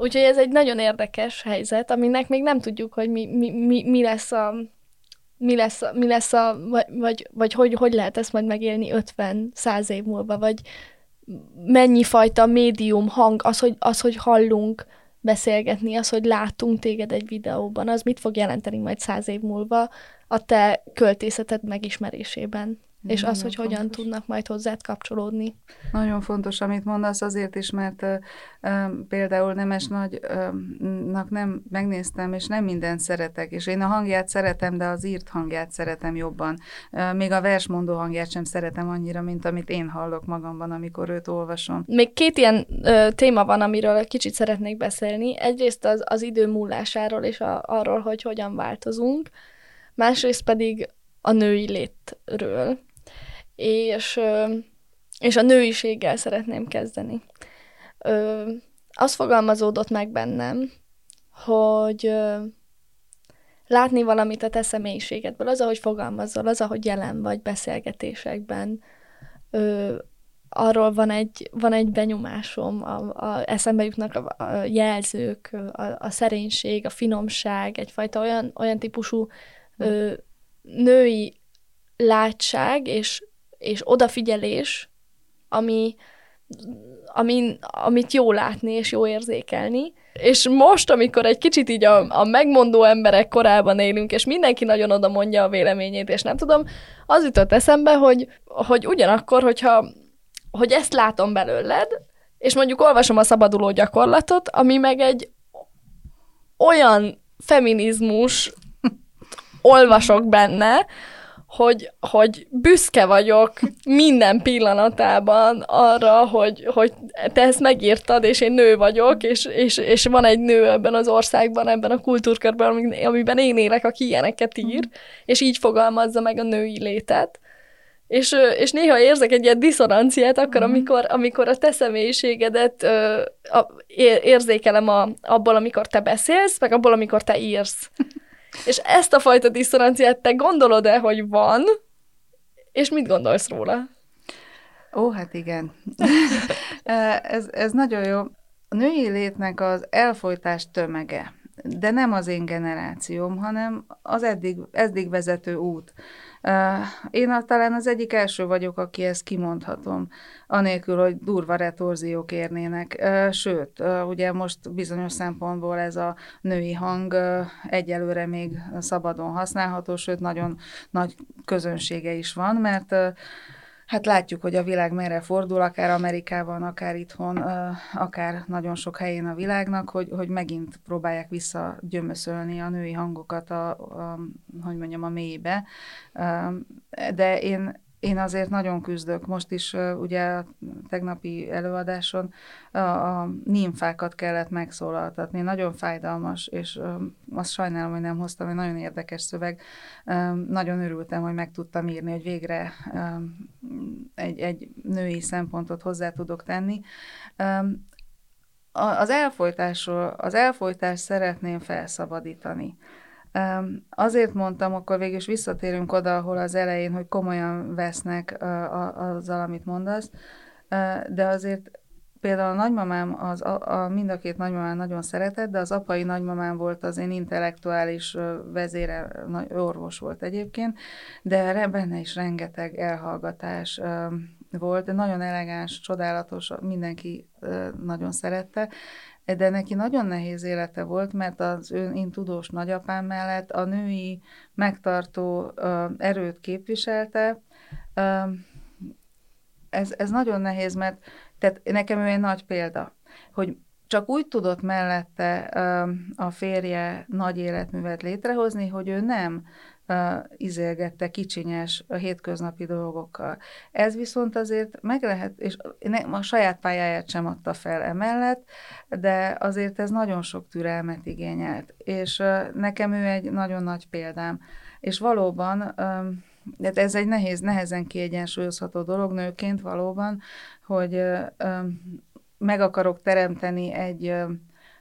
Úgyhogy ez egy nagyon érdekes helyzet, aminek még nem tudjuk, hogy mi, mi, mi, mi lesz a... Mi lesz, mi lesz a, vagy, vagy, vagy hogy, hogy lehet ezt majd megélni ötven-száz év múlva, vagy mennyi fajta médium, hang, az, hogy, az, hogy hallunk beszélgetni, az, hogy látunk téged egy videóban, az mit fog jelenteni majd száz év múlva a te költészeted megismerésében, és az, hogy hogyan fontos. Tudnak majd hozzád kapcsolódni. Nagyon fontos, amit mondasz, azért is, mert uh, um, például Nemes Nagynak nem megnéztem, és nem mindent szeretek, és én a hangját szeretem, de az írt hangját szeretem jobban. Uh, még a versmondó hangját sem szeretem annyira, mint amit én hallok magamban, amikor őt olvasom. Még két ilyen ö, téma van, amiről kicsit szeretnék beszélni. Egyrészt az, az idő múlásáról, és a, arról, hogy hogyan változunk, másrészt pedig a női létről. És, és a nőiséggel szeretném kezdeni. Az fogalmazódott meg bennem, hogy látni valamit a te személyiségedből, az, ahogy fogalmazol, az, ahogy jelen vagy beszélgetésekben, arról van egy, van egy benyomásom, a, a, eszembe jutnak a, a jelzők, a, a szerénység, a finomság, egyfajta olyan, olyan típusú ö, női látság és, és odafigyelés, ami, ami, amit jó látni és jó érzékelni. És most, amikor egy kicsit így a, a megmondó emberek korában élünk, és mindenki nagyon oda mondja a véleményét, és nem tudom, az jutott eszembe, hogy, hogy ugyanakkor, hogyha hogy ezt látom belőled, és mondjuk olvasom a szabaduló gyakorlatot, ami meg egy olyan feminizmus olvasok benne, hogy, hogy büszke vagyok minden pillanatában arra, hogy, hogy te ezt megírtad, és én nő vagyok, és, és, és van egy nő ebben az országban, ebben a kultúrkörben, amiben én élek, aki ilyeneket ír, és így fogalmazza meg a női létet. És, és néha érzek egy ilyen diszonanciát akkor, mm-hmm. amikor, amikor a te személyiségedet ö, a, érzékelem a, abból, amikor te beszélsz, meg abból, amikor te írsz. És ezt a fajta diszonanciát te gondolod-e, hogy van, és mit gondolsz róla? Ó, hát igen. ez, ez nagyon jó. A női létnek az elfojtás tömege, de nem az én generációm, hanem az eddig, eddig vezető út. Én a, talán az egyik első vagyok, aki ezt kimondhatom, anélkül, hogy durva retorziók érnének. Sőt, ugye most bizonyos szempontból ez a női hang egyelőre még szabadon használható, sőt, nagyon nagy közönsége is van, mert hát látjuk, hogy a világ merre fordul, akár Amerikában, akár itthon, akár nagyon sok helyén a világnak, hogy, hogy megint próbálják visszagyömöszölni a női hangokat a, a, hogy mondjam, a mélybe. De én, én azért nagyon küzdök. Most is ugye a tegnapi előadáson a, a nimfákat kellett megszólaltatni. Nagyon fájdalmas, és azt sajnálom, hogy nem hoztam, egy nagyon érdekes szöveg. Nagyon örültem, hogy meg tudtam írni, hogy végre egy, egy női szempontot hozzá tudok tenni. Az elfojtásról, az elfojtást szeretném felszabadítani. Azért mondtam, akkor végül is visszatérünk oda, ahol az elején, hogy komolyan vesznek azzal, amit mondasz, de azért például a nagymamám, az, a, a, mind a két nagymamám nagyon szeretett, de az apai nagymamám volt az én intellektuális vezére, orvos volt egyébként, de benne is rengeteg elhallgatás volt, de nagyon elegáns, csodálatos, mindenki nagyon szerette, de neki nagyon nehéz élete volt, mert az ő, én tudós nagyapám mellett a női megtartó erőt képviselte. Ez, ez nagyon nehéz, mert tehát nekem ő egy nagy példa, hogy csak úgy tudott mellette a férje nagy életművet létrehozni, hogy ő nem izélgette kicsinyes a hétköznapi dolgokkal. Ez viszont azért meg lehet, és a saját pályáját sem adta fel emellett, de azért ez nagyon sok türelmet igényelt. És nekem ő egy nagyon nagy példám. És valóban, de ez egy nehéz, nehezen kiegyensúlyozható dolog nőként valóban, hogy meg akarok teremteni egy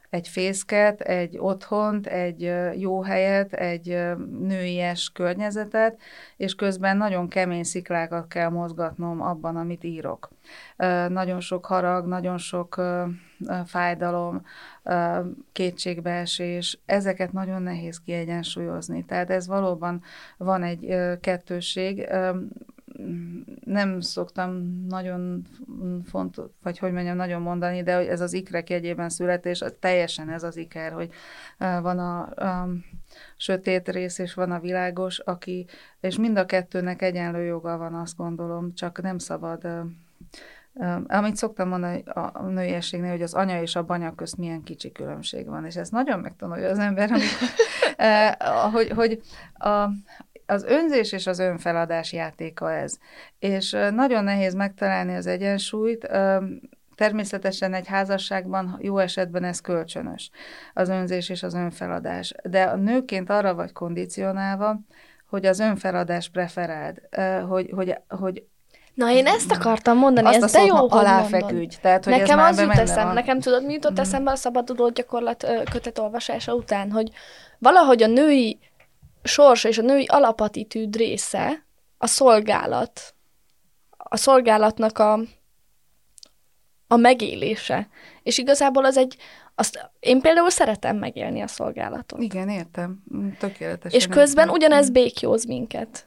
egy fészket, egy otthont, egy jó helyet, egy nőies környezetet, és közben nagyon kemény sziklákat kell mozgatnom abban, amit írok. Nagyon sok harag, nagyon sok fájdalom, kétségbeesés, ezeket nagyon nehéz kiegyensúlyozni. Tehát ez valóban van egy kettősség. Nem szoktam nagyon fontos, vagy hogy mondjam, nagyon mondani, de hogy ez az ikrek jegyében születés, teljesen ez az iker, hogy van a, a sötét rész, és van a világos, aki, és mind a kettőnek egyenlő joga van, azt gondolom, csak nem szabad. Amit szoktam mondani a nőiességnél, hogy az anya és a banya közt milyen kicsi különbség van, és ezt nagyon megtanulja az ember, amikor, hogy, hogy a, az önzés és az önfeladás játéka ez. És nagyon nehéz megtalálni az egyensúlyt. Természetesen egy házasságban jó esetben ez kölcsönös, az önzés és az önfeladás. De a nőként arra vagy kondicionálva, hogy az önfeladás preferáld, hogy, hogy, hogy Na, én ezt akartam mondani, azt ez de jó, hogy aláfeküdj. Tehát, hogy nekem ez az jut eszem, van. nekem tudod, mi jutott mm. eszembe a szabaduló gyakorlat kötet olvasása után, hogy valahogy a női sors és a női alapattitűd része a szolgálat. A szolgálatnak a, a megélése. És igazából az egy, azt, én például szeretem megélni a szolgálatot. Igen, értem. Tökéletesen. És közben értem. ugyanez békjóz minket.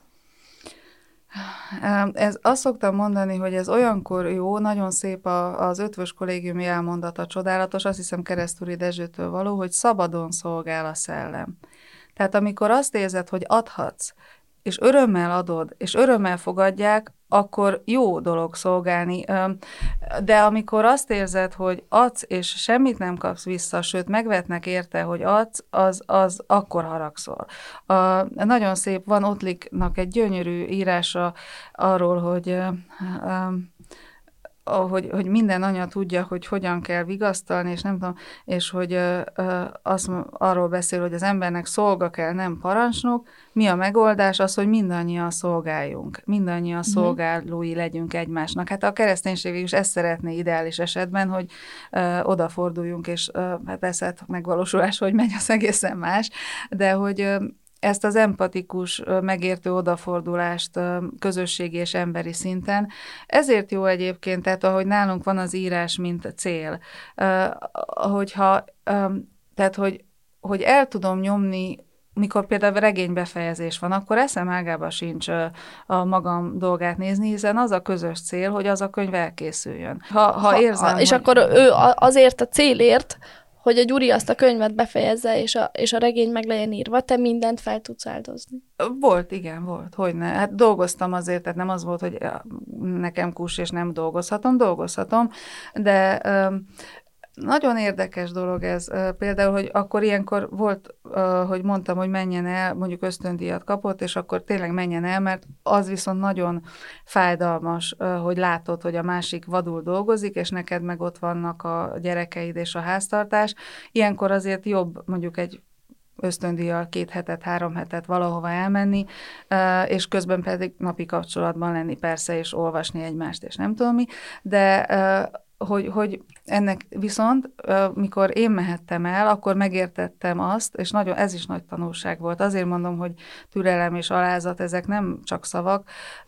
Ez, azt szoktam mondani, hogy ez olyankor jó, nagyon szép a, az ötvös kollégiumi elmondata, csodálatos, azt hiszem Keresztúri Dezsőtől való, hogy szabadon szolgál a szellem. Tehát amikor azt érzed, hogy adhatsz, és örömmel adod, és örömmel fogadják, akkor jó dolog szolgálni. De amikor azt érzed, hogy adsz, és semmit nem kapsz vissza, sőt, megvetnek érte, hogy adsz, az, az akkor haragszol. A, nagyon szép, van Ottliknak egy gyönyörű írása arról, hogy... Hogy, hogy minden anya tudja, hogy hogyan kell vigasztalni, és nem tudom, és hogy ö, ö, azt, arról beszél, hogy az embernek szolga kell, nem parancsnok. Mi a megoldás? Az, hogy mindannyian szolgáljunk, mindannyian uh-huh. szolgálói legyünk egymásnak. Hát a kereszténység is ezt szeretné ideális esetben, hogy ö, odaforduljunk, és ö, hát persze hát megvalósulás, hogy megy, az egészen más, de hogy ö, ezt az empatikus, megértő odafordulást közösségi és emberi szinten. Ezért jó egyébként, tehát ahogy nálunk van az írás, mint cél, hogyha, tehát hogy, hogy el tudom nyomni, mikor például regénybefejezés van, akkor eszem ágába sincs a magam dolgát nézni, hiszen az a közös cél, hogy az a könyv elkészüljön. Ha, ha, ha érzem, és hogy... akkor ő azért a célért, hogy a Gyuri azt a könyvet befejezze, és a, és a regény meg legyen írva, te mindent fel tudsz áldozni. Volt, igen, volt, hogyne. Hát dolgoztam azért, tehát nem az volt, hogy nekem kus, és nem dolgozhatom, dolgozhatom, de um, nagyon érdekes dolog ez. Például, hogy akkor ilyenkor volt, hogy mondtam, hogy menjen el, mondjuk ösztöndíjat kapott, és akkor tényleg menjen el, mert az viszont nagyon fájdalmas, hogy látod, hogy a másik vadul dolgozik, és neked meg ott vannak a gyerekeid és a háztartás. Ilyenkor azért jobb mondjuk egy ösztöndíjjal két hetet, három hetet valahova elmenni, és közben pedig napi kapcsolatban lenni persze, és olvasni egymást, és nem tudom mi, de Hogy, hogy ennek viszont, mikor én mehettem el, akkor megértettem azt, és nagyon, ez is nagy tanulság volt. Azért mondom, hogy türelem és alázat, ezek nem csak szavak.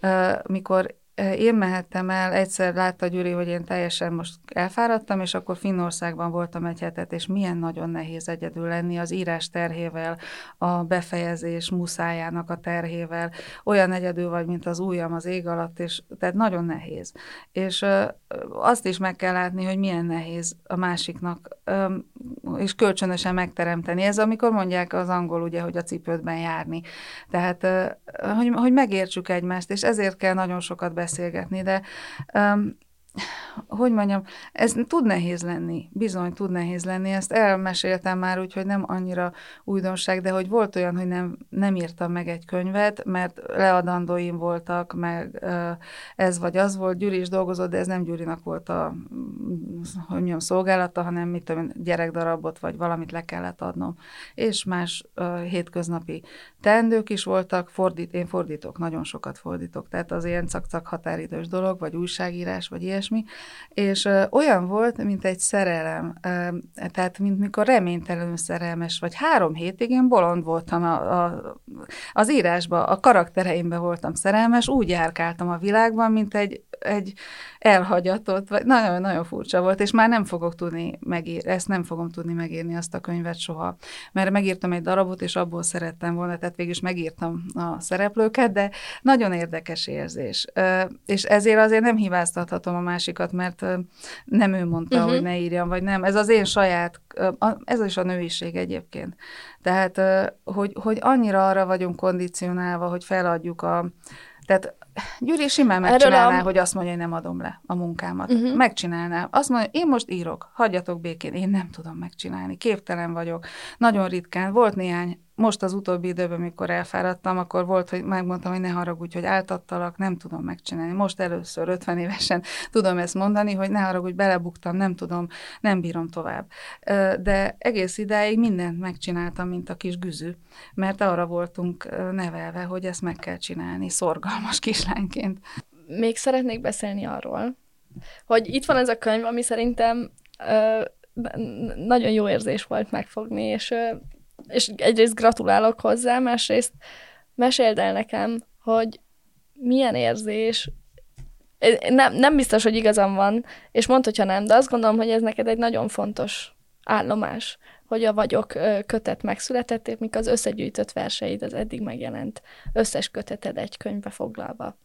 Mikor én mehettem el, egyszer látta Gyuri, hogy én teljesen most elfáradtam, és akkor Finnországban voltam egy hetet, és milyen nagyon nehéz egyedül lenni az írás terhével, a befejezés muszájának a terhével. Olyan egyedül vagy, mint az ujjam az ég alatt, és tehát nagyon nehéz. És azt is meg kell látni, hogy milyen nehéz a másiknak, és kölcsönösen megteremteni. Ez amikor mondják az angol, ugye, hogy a cipődben járni. Tehát, hogy, hogy megértsük egymást, és ezért kell nagyon sokat beszélni, beszélgetni, de um, hogy mondjam, ez tud nehéz lenni, bizony tud nehéz lenni, ezt elmeséltem már, úgyhogy nem annyira újdonság, de hogy volt olyan, hogy nem, nem írtam meg egy könyvet, mert leadandóim voltak, meg uh, ez vagy az volt, Gyuri is dolgozott, de ez nem Gyurinak volt a hogy mondjam, szolgálata, hanem mit tudom, gyerekdarabot, vagy valamit le kellett adnom. És más uh, hétköznapi teendők is voltak, fordít, én fordítok, nagyon sokat fordítok, tehát az ilyen cak-cak határidős dolog, vagy újságírás, vagy ilyesmi, ilyesmi, és ö, olyan volt, mint egy szerelem, ö, tehát mint mikor reménytelenül szerelmes vagy. Három hétig én bolond voltam a, a, az írásban, a karaktereimben voltam szerelmes, úgy járkáltam a világban, mint egy, egy elhagyatott, vagy nagyon-nagyon furcsa volt, és már nem fogok tudni megírni, ezt nem fogom tudni megírni, azt a könyvet soha, mert megírtam egy darabot, és abból szerettem volna, tehát végül is megírtam a szereplőket, de nagyon érdekes érzés. És ezért azért nem hibáztathatom a másikat, mert nem ő mondta, uh-huh. hogy ne írjam, vagy nem. Ez az én saját, ez is a nőiség egyébként. Tehát, hogy, hogy annyira arra vagyunk kondicionálva, hogy feladjuk a... Tehát Gyuri simán megcsinálná, a... hogy azt mondja, hogy nem adom le a munkámat. Uh-huh. Megcsinálná. Azt mondja, én most írok, hagyjatok békén, én nem tudom megcsinálni, képtelen vagyok. Nagyon ritkán. Volt néhány, most az utóbbi időben, mikor elfáradtam, akkor volt, hogy megmondtam, hogy ne haragudj, hogy áltattalak, nem tudom megcsinálni. Most először ötven évesen tudom ezt mondani, hogy ne haragudj, belebuktam, nem tudom, nem bírom tovább. De egész idáig mindent megcsináltam, mint a kis güzű, mert arra voltunk nevelve, hogy ezt meg kell csinálni, szorgalmas kislányként. Még szeretnék beszélni arról, hogy itt van ez a könyv, ami szerintem ö, nagyon jó érzés volt megfogni, és, ö, és egyrészt gratulálok hozzá, másrészt meséld el nekem, hogy milyen érzés, nem, nem biztos, hogy igazam van, és mondd, hogyha nem, de azt gondolom, hogy ez neked egy nagyon fontos állomás, hogy a Vagyok kötet megszületett, míg az összegyűjtött verseid, az eddig megjelent összes köteted egy könyvbe foglalva.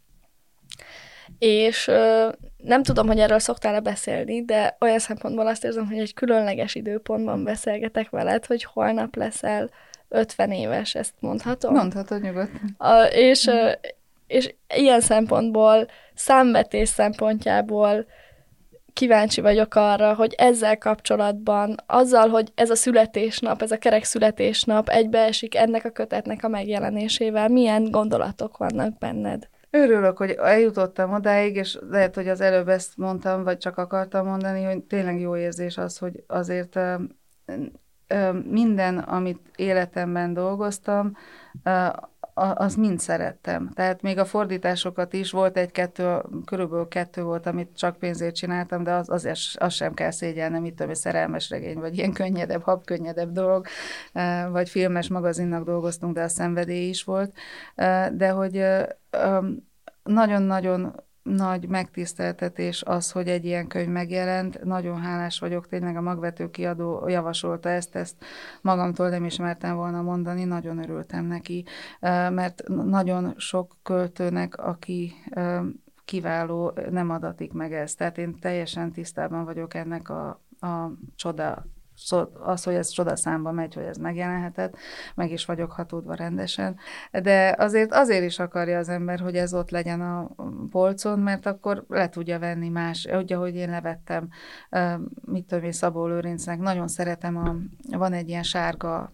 És ö, nem tudom, hogy erről szoktál-e beszélni, de olyan szempontból azt érzem, hogy egy különleges időpontban beszélgetek veled, hogy holnap leszel ötven éves, ezt mondhatom? Mondhatod nyugodtan. A, és, ö, és ilyen szempontból, számvetés szempontjából kíváncsi vagyok arra, hogy ezzel kapcsolatban, azzal, hogy ez a születésnap, ez a kerek születésnap egybeesik ennek a kötetnek a megjelenésével, milyen gondolatok vannak benned? Örülök, hogy eljutottam odáig, és lehet, hogy az előbb ezt mondtam, vagy csak akartam mondani, hogy tényleg jó érzés az, hogy azért ö, ö, minden, amit életemben dolgoztam, ö, az mind szerettem. Tehát még a fordításokat is volt egy-kettő, körülbelül kettő volt, amit csak pénzért csináltam, de az, azért az sem kell szégyelnem, itt tudom, szerelmes regény, vagy ilyen könnyedebb, habkönnyedebb dolog, vagy filmes magazinnak dolgoztunk, de a szenvedély is volt. De hogy nagyon-nagyon nagy megtiszteltetés az, hogy egy ilyen könyv megjelent. Nagyon hálás vagyok, tényleg a Magvető Kiadó javasolta ezt, ezt magamtól nem ismertem volna mondani, nagyon örültem neki, mert nagyon sok költőnek, aki kiváló, nem adatik meg ezt. Tehát én teljesen tisztában vagyok ennek a, a csoda, az, hogy ez csodaszámba megy, hogy ez megjelenhetett, meg is vagyok hatódva rendesen. De azért azért is akarja az ember, hogy ez ott legyen a polcon, mert akkor le tudja venni más. Úgy, ahogy én levettem, mit tudom én, Szabó Lőrincnek, nagyon szeretem, a, van egy ilyen sárga,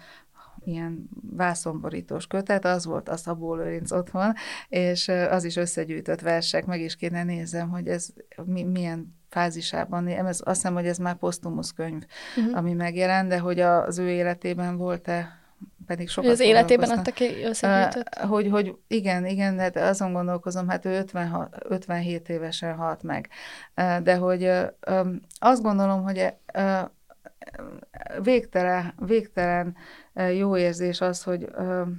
ilyen vászonborítós kötet, az volt a Szabó Lőrinc otthon, és az is összegyűjtött versek, meg is kéne nézem, hogy ez mi, milyen fázisában, ez, azt hiszem, hogy ez már posztumusz könyv, uh-huh. ami megjelent, de hogy az ő életében volt-e, pedig sokat az életében adta ki összegyűjtött? Hogy, hogy igen, igen, hát azon gondolkozom, hát ő ötvenhat, ötvenhét évesen halt meg. De hogy azt gondolom, hogy végtelen, végtelen jó érzés az, hogy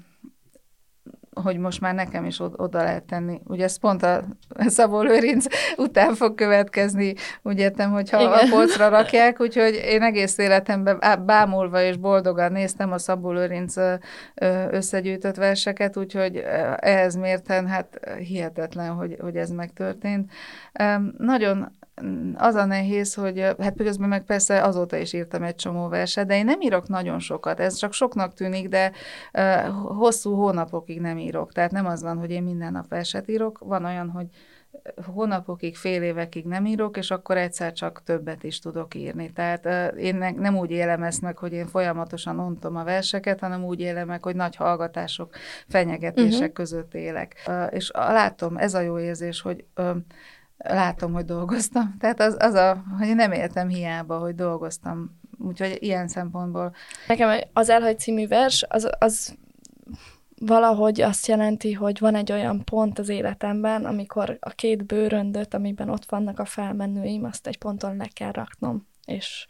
hogy most már nekem is oda lehet tenni. Ugye ez pont a Szabó Lőrinc után fog következni, úgy értem, hogyha igen. a polcra rakják, úgyhogy én egész életemben bámulva és boldogan néztem a Szabó Lőrinc összegyűjtött verseket, úgyhogy ehhez mérten hát hihetetlen, hogy, hogy ez megtörtént. Nagyon az a nehéz, hogy hát közben meg persze azóta is írtam egy csomó verset, de én nem írok nagyon sokat, ez csak soknak tűnik, de uh, hosszú hónapokig nem írok. Tehát nem az van, hogy én minden nap verset írok, van olyan, hogy hónapokig, fél évekig nem írok, és akkor egyszer csak többet is tudok írni. Tehát uh, én ne, nem úgy élem ezt meg, hogy én folyamatosan ontom a verseket, hanem úgy élem meg, hogy nagy hallgatások, fenyegetések uh-huh. között élek. Uh, és uh, látom, ez a jó érzés, hogy uh, látom, hogy dolgoztam. Tehát az, az a, hogy nem éltem hiába, hogy dolgoztam. Úgyhogy ilyen szempontból. Nekem az Elhagy című vers, az, az valahogy azt jelenti, hogy van egy olyan pont az életemben, amikor a két bőröndöt, amiben ott vannak a felmenőim, azt egy ponton le kell raknom, és,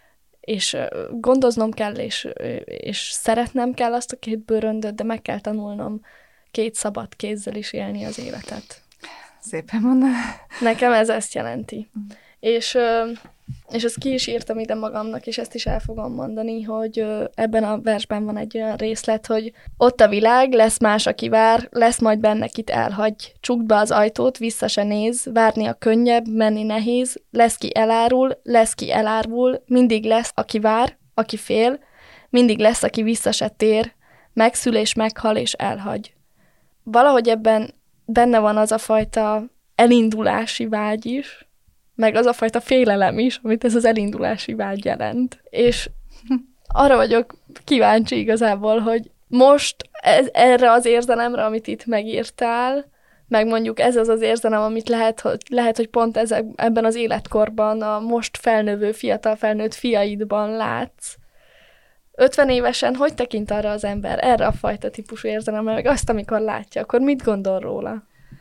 és gondoznom kell, és, és szeretnem kell azt a két bőröndöt, de meg kell tanulnom két szabad kézzel is élni az életet. Szépen mondom. Nekem ez ezt jelenti. És, és ezt ki is írtam ide magamnak, és ezt is el fogom mondani, hogy ebben a versben van egy olyan részlet, hogy ott a világ, lesz más, aki vár, lesz majd benne, kit elhagy. Csukd be az ajtót, vissza se néz, várni a könnyebb, menni nehéz, lesz ki elárul, lesz ki elárvul, mindig lesz, aki vár, aki fél, mindig lesz, aki vissza se tér, megszül és meghal és elhagy. Valahogy ebben benne van az a fajta elindulási vágy is, meg az a fajta félelem is, amit ez az elindulási vágy jelent. És arra vagyok kíváncsi igazából, hogy most ez, erre az érzelemre, amit itt megírtál, meg mondjuk ez az az érzelem, amit lehet, hogy, lehet, hogy pont ezek, ebben az életkorban a most felnövő, fiatal felnőtt fiaidban látsz. ötven évesen hogy tekint arra az ember, erre a fajta típusú érzelemre, meg azt, amikor látja, akkor mit gondol róla?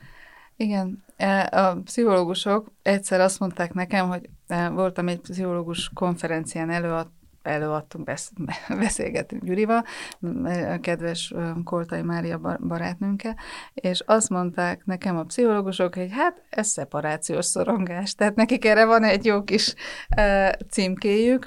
Igen, a pszichológusok egyszer azt mondták nekem, hogy voltam egy pszichológus konferencián, előad, előadtunk, besz, beszélgetünk Gyurival, a kedves Koltai Mária barátnőnkkel, és azt mondták nekem a pszichológusok, hogy hát ez szeparációs szorongás, tehát nekik erre van egy jó kis uh, címkéjük.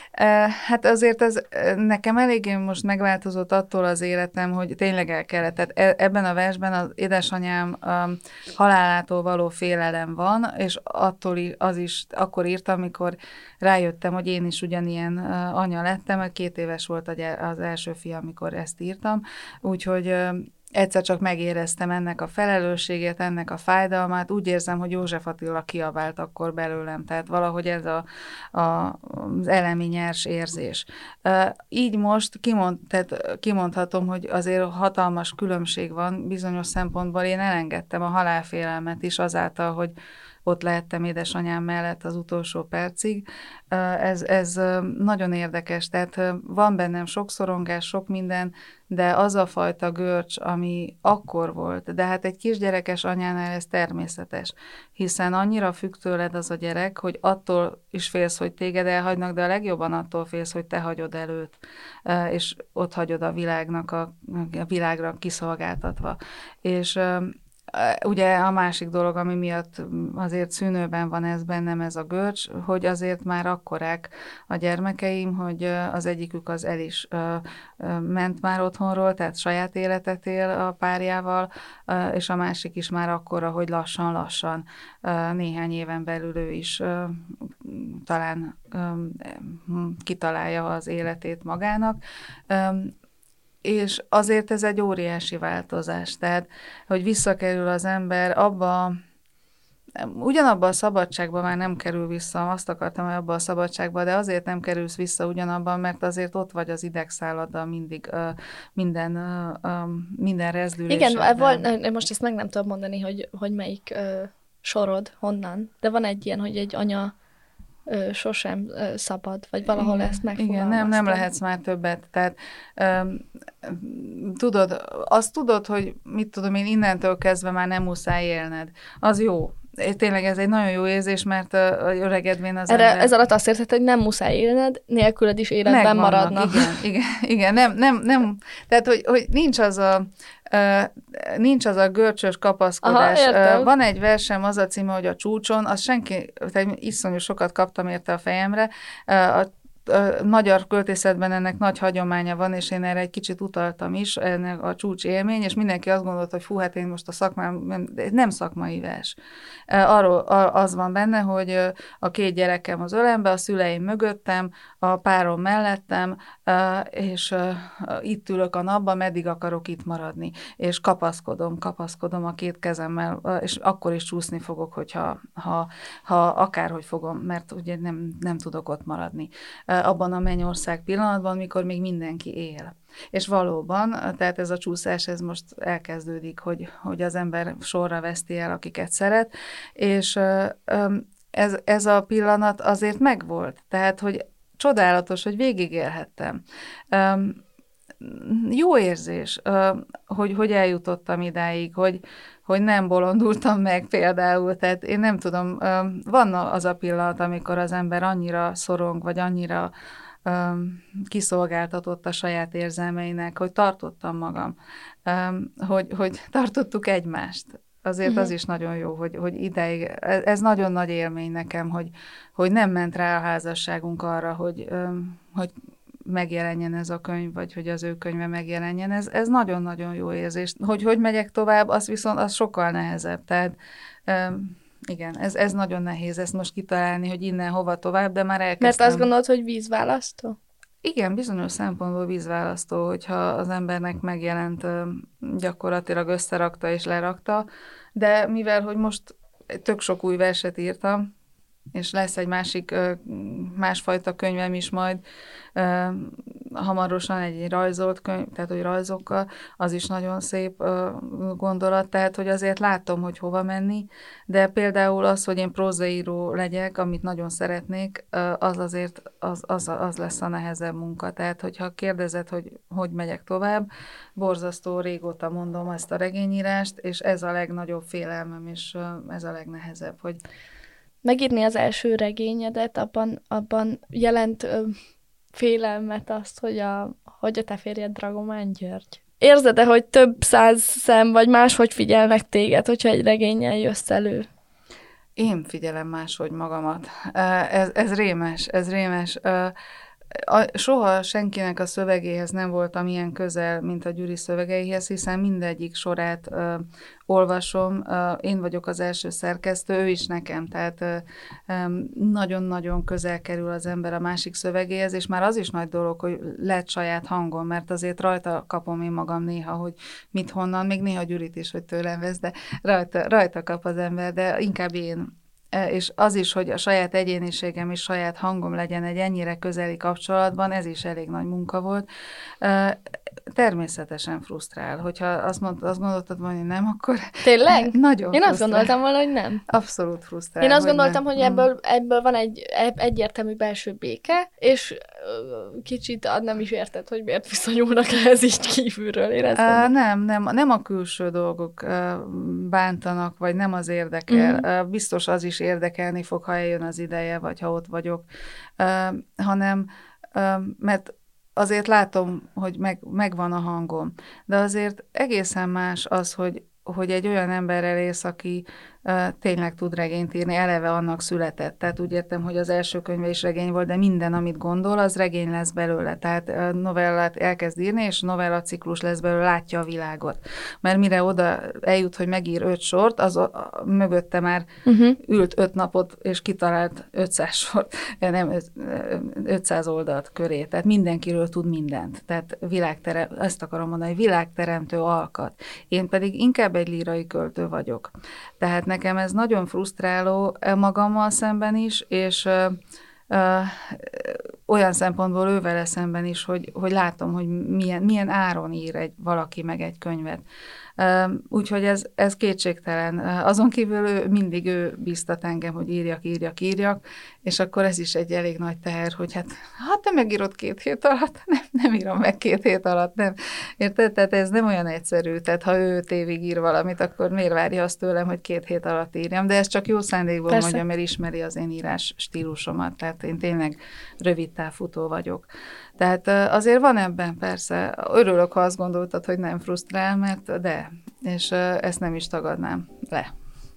Hát azért ez nekem eléggé most megváltozott attól az életem, hogy tényleg el kellett. Tehát ebben a versben az édesanyám um, halálától való félelem van, és attól az is akkor írtam, amikor rájöttem, hogy én is ugyanilyen uh, anya lettem, két éves volt az első fia, amikor ezt írtam, úgyhogy uh, egyszer csak megéreztem ennek a felelősségét, ennek a fájdalmát, úgy érzem, hogy József Attila kiabált akkor belőlem, tehát valahogy ez a, a, az elemi nyers érzés. Így most kimond, tehát kimondhatom, hogy azért hatalmas különbség van bizonyos szempontból, én elengedtem a halálfélelmet is azáltal, hogy ott lehettem édesanyám mellett az utolsó percig. Ez, ez nagyon érdekes, tehát van bennem sok szorongás, sok minden, de az a fajta görcs, ami akkor volt, de hát egy kisgyerekes anyánál ez természetes, hiszen annyira függ tőled az a gyerek, hogy attól is félsz, hogy téged elhagynak, de a legjobban attól félsz, hogy te hagyod előtt, és ott hagyod a világnak, a, a világra kiszolgáltatva. És ugye a másik dolog, ami miatt azért szűnőben van ez bennem, ez a görcs, hogy azért már akkorák a gyermekeim, hogy az egyikük az el is ment már otthonról, tehát saját életet él a párjával, és a másik is már akkora, hogy lassan-lassan néhány éven belül ő is talán kitalálja az életét magának. És azért ez egy óriási változás, tehát, hogy visszakerül az ember abba, ugyanabba a szabadságba már nem kerül vissza, azt akartam, hogy abba a szabadságba, de azért nem kerülsz vissza ugyanabban, mert azért ott vagy az idegszáladdal mindig uh, minden, uh, um, minden rezdüléssel. Igen, vol, most ezt meg nem tudom mondani, hogy, hogy melyik uh, sorod, honnan, de van egy ilyen, hogy egy anya Ö, sosem ö, szabad, vagy valahol igen, ezt megfogalmaztam. Igen, nem, nem lehetsz már többet. Tehát öm, tudod, azt tudod, hogy mit tudom én, innentől kezdve már nem muszáj élned. Az jó. Tényleg ez egy nagyon jó érzés, mert a öregedvén az Erre, ember... Ez alatt azt érted, hogy nem muszáj élned, nélküled is életben megvannak, maradnak. Igen, igen, igen. Nem, nem, nem. Tehát, hogy, hogy nincs az a Uh, nincs az a görcsös kapaszkodás. Aha, uh, van egy versem, az a címe, hogy a csúcson, az senki, tehát iszonyú sokat kaptam érte a fejemre. Uh, a A magyar költészetben ennek nagy hagyománya van, és én erre egy kicsit utaltam is, ennek a csúcs élmény, és mindenki azt gondolta, hogy fú, hát én most a szakmám, nem, nem szakmai vers. Arról az van benne, hogy a két gyerekem az ölembe, a szüleim mögöttem, a párom mellettem, és itt ülök a napban, meddig akarok itt maradni. És kapaszkodom, kapaszkodom a két kezemmel, és akkor is csúszni fogok, hogyha ha, ha akárhogy fogom, mert ugye nem, nem tudok ott maradni. Abban a mennyország pillanatban, mikor még mindenki él. És valóban, tehát ez a csúszás, ez most elkezdődik, hogy, hogy az ember sorra veszti el, akiket szeret, és ez, ez a pillanat azért megvolt. Tehát, hogy csodálatos, hogy végigélhettem. jó érzés, hogy, hogy eljutottam idáig, hogy, hogy nem bolondultam meg például, tehát én nem tudom, van az a pillanat, amikor az ember annyira szorong, vagy annyira kiszolgáltatott a saját érzelmeinek, hogy tartottam magam, hogy, hogy tartottuk egymást. Azért uh-huh. az is nagyon jó, hogy, hogy ideig, ez nagyon nagy élmény nekem, hogy, hogy nem ment rá a házasságunk arra, hogy, hogy megjelenjen ez a könyv, vagy hogy az ő könyve megjelenjen. Ez, ez nagyon-nagyon jó érzés. Hogy hogy megyek tovább, az viszont az sokkal nehezebb. Tehát igen, ez, ez nagyon nehéz ezt most kitalálni, hogy innen hova tovább, de már elkezdtem. Mert azt gondolod, hogy vízválasztó? Igen, bizonyos szempontból vízválasztó, hogyha az embernek megjelent, gyakorlatilag összerakta és lerakta, de mivel, hogy most tök sok új verset írtam, és lesz egy másik, másfajta könyvem is majd, hamarosan egy rajzolt könyv, tehát hogy rajzokkal, az is nagyon szép gondolat, tehát hogy azért látom, hogy hova menni, de például az, hogy én prózaíró legyek, amit nagyon szeretnék, az azért az, az, az lesz a nehezebb munka. Tehát, hogyha kérdezed, hogy hogy megyek tovább, borzasztó régóta mondom ezt a regényírást, és ez a legnagyobb félelmem, és ez a legnehezebb, hogy megírni az első regényedet, abban, abban jelent ö, félelmet azt, hogy a, hogy a te férjed Dragomán György. Érzed-e, hogy több száz szem, vagy máshogy figyelnek téged, hogyha egy regénnyel jössz elő? Én figyelem máshogy magamat. Ez, ez rémes, ez rémes. Soha senkinek a szövegéhez nem voltam ilyen közel, mint a Gyuri szövegeihez, hiszen mindegyik sorát ö, olvasom. Ö, én vagyok az első szerkesztő, ő is nekem, tehát ö, ö, nagyon-nagyon közel kerül az ember a másik szövegéhez, és már az is nagy dolog, hogy lett saját hangom, mert azért rajta kapom én magam néha, hogy mit honnan, még néha Gyurit is, hogy tőlem vesz, de rajta, rajta kap az ember, de inkább én. És az is, hogy a saját egyéniségem és saját hangom legyen egy ennyire közeli kapcsolatban, ez is elég nagy munka volt. Természetesen frusztrál. Hogyha azt, mond, azt gondoltad volna, hogy nem, akkor... Tényleg? Nagyon Én frusztrál. azt gondoltam volna, hogy nem. Abszolút frusztrál. Én azt hogy gondoltam, nem. hogy ebből, ebből van egy egyértelmű belső béke, és kicsit nem is érted, hogy miért viszonyulnak ehhez így kívülről. Én ezt uh, nem, nem, nem a külső dolgok uh, bántanak, vagy nem az érdekel. Uh-huh. Uh, biztos az is érdekelni fog, ha eljön az ideje, vagy ha ott vagyok, uh, hanem uh, mert azért látom, hogy meg, megvan a hangom. De azért egészen más az, hogy, hogy egy olyan emberrel élsz, aki uh, tényleg tud regényt írni, eleve annak született. Tehát úgy értem, hogy az első könyve is regény volt, de minden, amit gondol, az regény lesz belőle. Tehát uh, novellát elkezd írni, és novellaciklus lesz belőle, látja a világot. Mert mire oda eljut, hogy megír öt sort, az a, a, mögötte már uh-huh. ült öt napot, és kitalált ötszáz sort, nem ötszáz oldalt köré. Tehát mindenkiről tud mindent. Tehát világterem, ezt akarom mondani, világteremtő alkat. Én pedig inkább egy lírai költő vagyok. Tehát nekem ez nagyon frusztráló magammal szemben is, és ö, ö, olyan szempontból ővele szemben is, hogy, hogy látom, hogy milyen, milyen áron ír egy, valaki meg egy könyvet. Úgyhogy ez, ez kétségtelen. Azon kívül ő, mindig ő bíztat engem, hogy írjak, írjak, írjak, és akkor ez is egy elég nagy teher, hogy hát, ha te megírod két hét alatt, nem, nem írom meg két hét alatt, nem. Érted? Tehát ez nem olyan egyszerű, tehát ha ő öt évig ír valamit, akkor miért várja azt tőlem, hogy két hét alatt írjam, de ez csak jó szándékból Persze. mondja, mert ismeri az én írás stílusomat, tehát én tényleg rövid távfutó vagyok. Tehát azért van ebben persze, örülök, ha azt gondoltad, hogy nem frusztrál, mert de, és ezt nem is tagadnám le.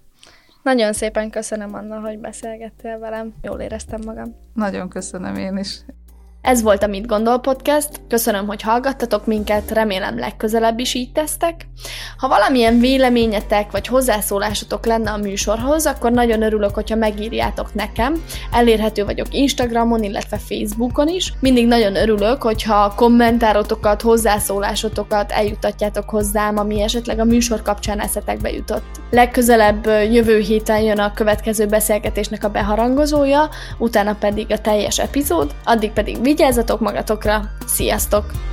Nagyon szépen köszönöm, Anna, hogy beszélgettél velem. Jól éreztem magam. Nagyon köszönöm én is. Ez volt a Mit Gondol Podcast. Köszönöm, hogy hallgattatok minket, remélem legközelebb is így tesztek. Ha valamilyen véleményetek vagy hozzászólásotok lenne a műsorhoz, akkor nagyon örülök, hogyha megírjátok nekem. Elérhető vagyok Instagramon, illetve Facebookon is. Mindig nagyon örülök, hogyha kommentárotokat, hozzászólásotokat eljutatjátok hozzám, ami esetleg a műsor kapcsán eszetekbe jutott. Legközelebb jövő héten jön a következő beszélgetésnek a beharangozója, utána pedig a teljes epizód, addig pedig vigyázzatok magatokra, sziasztok!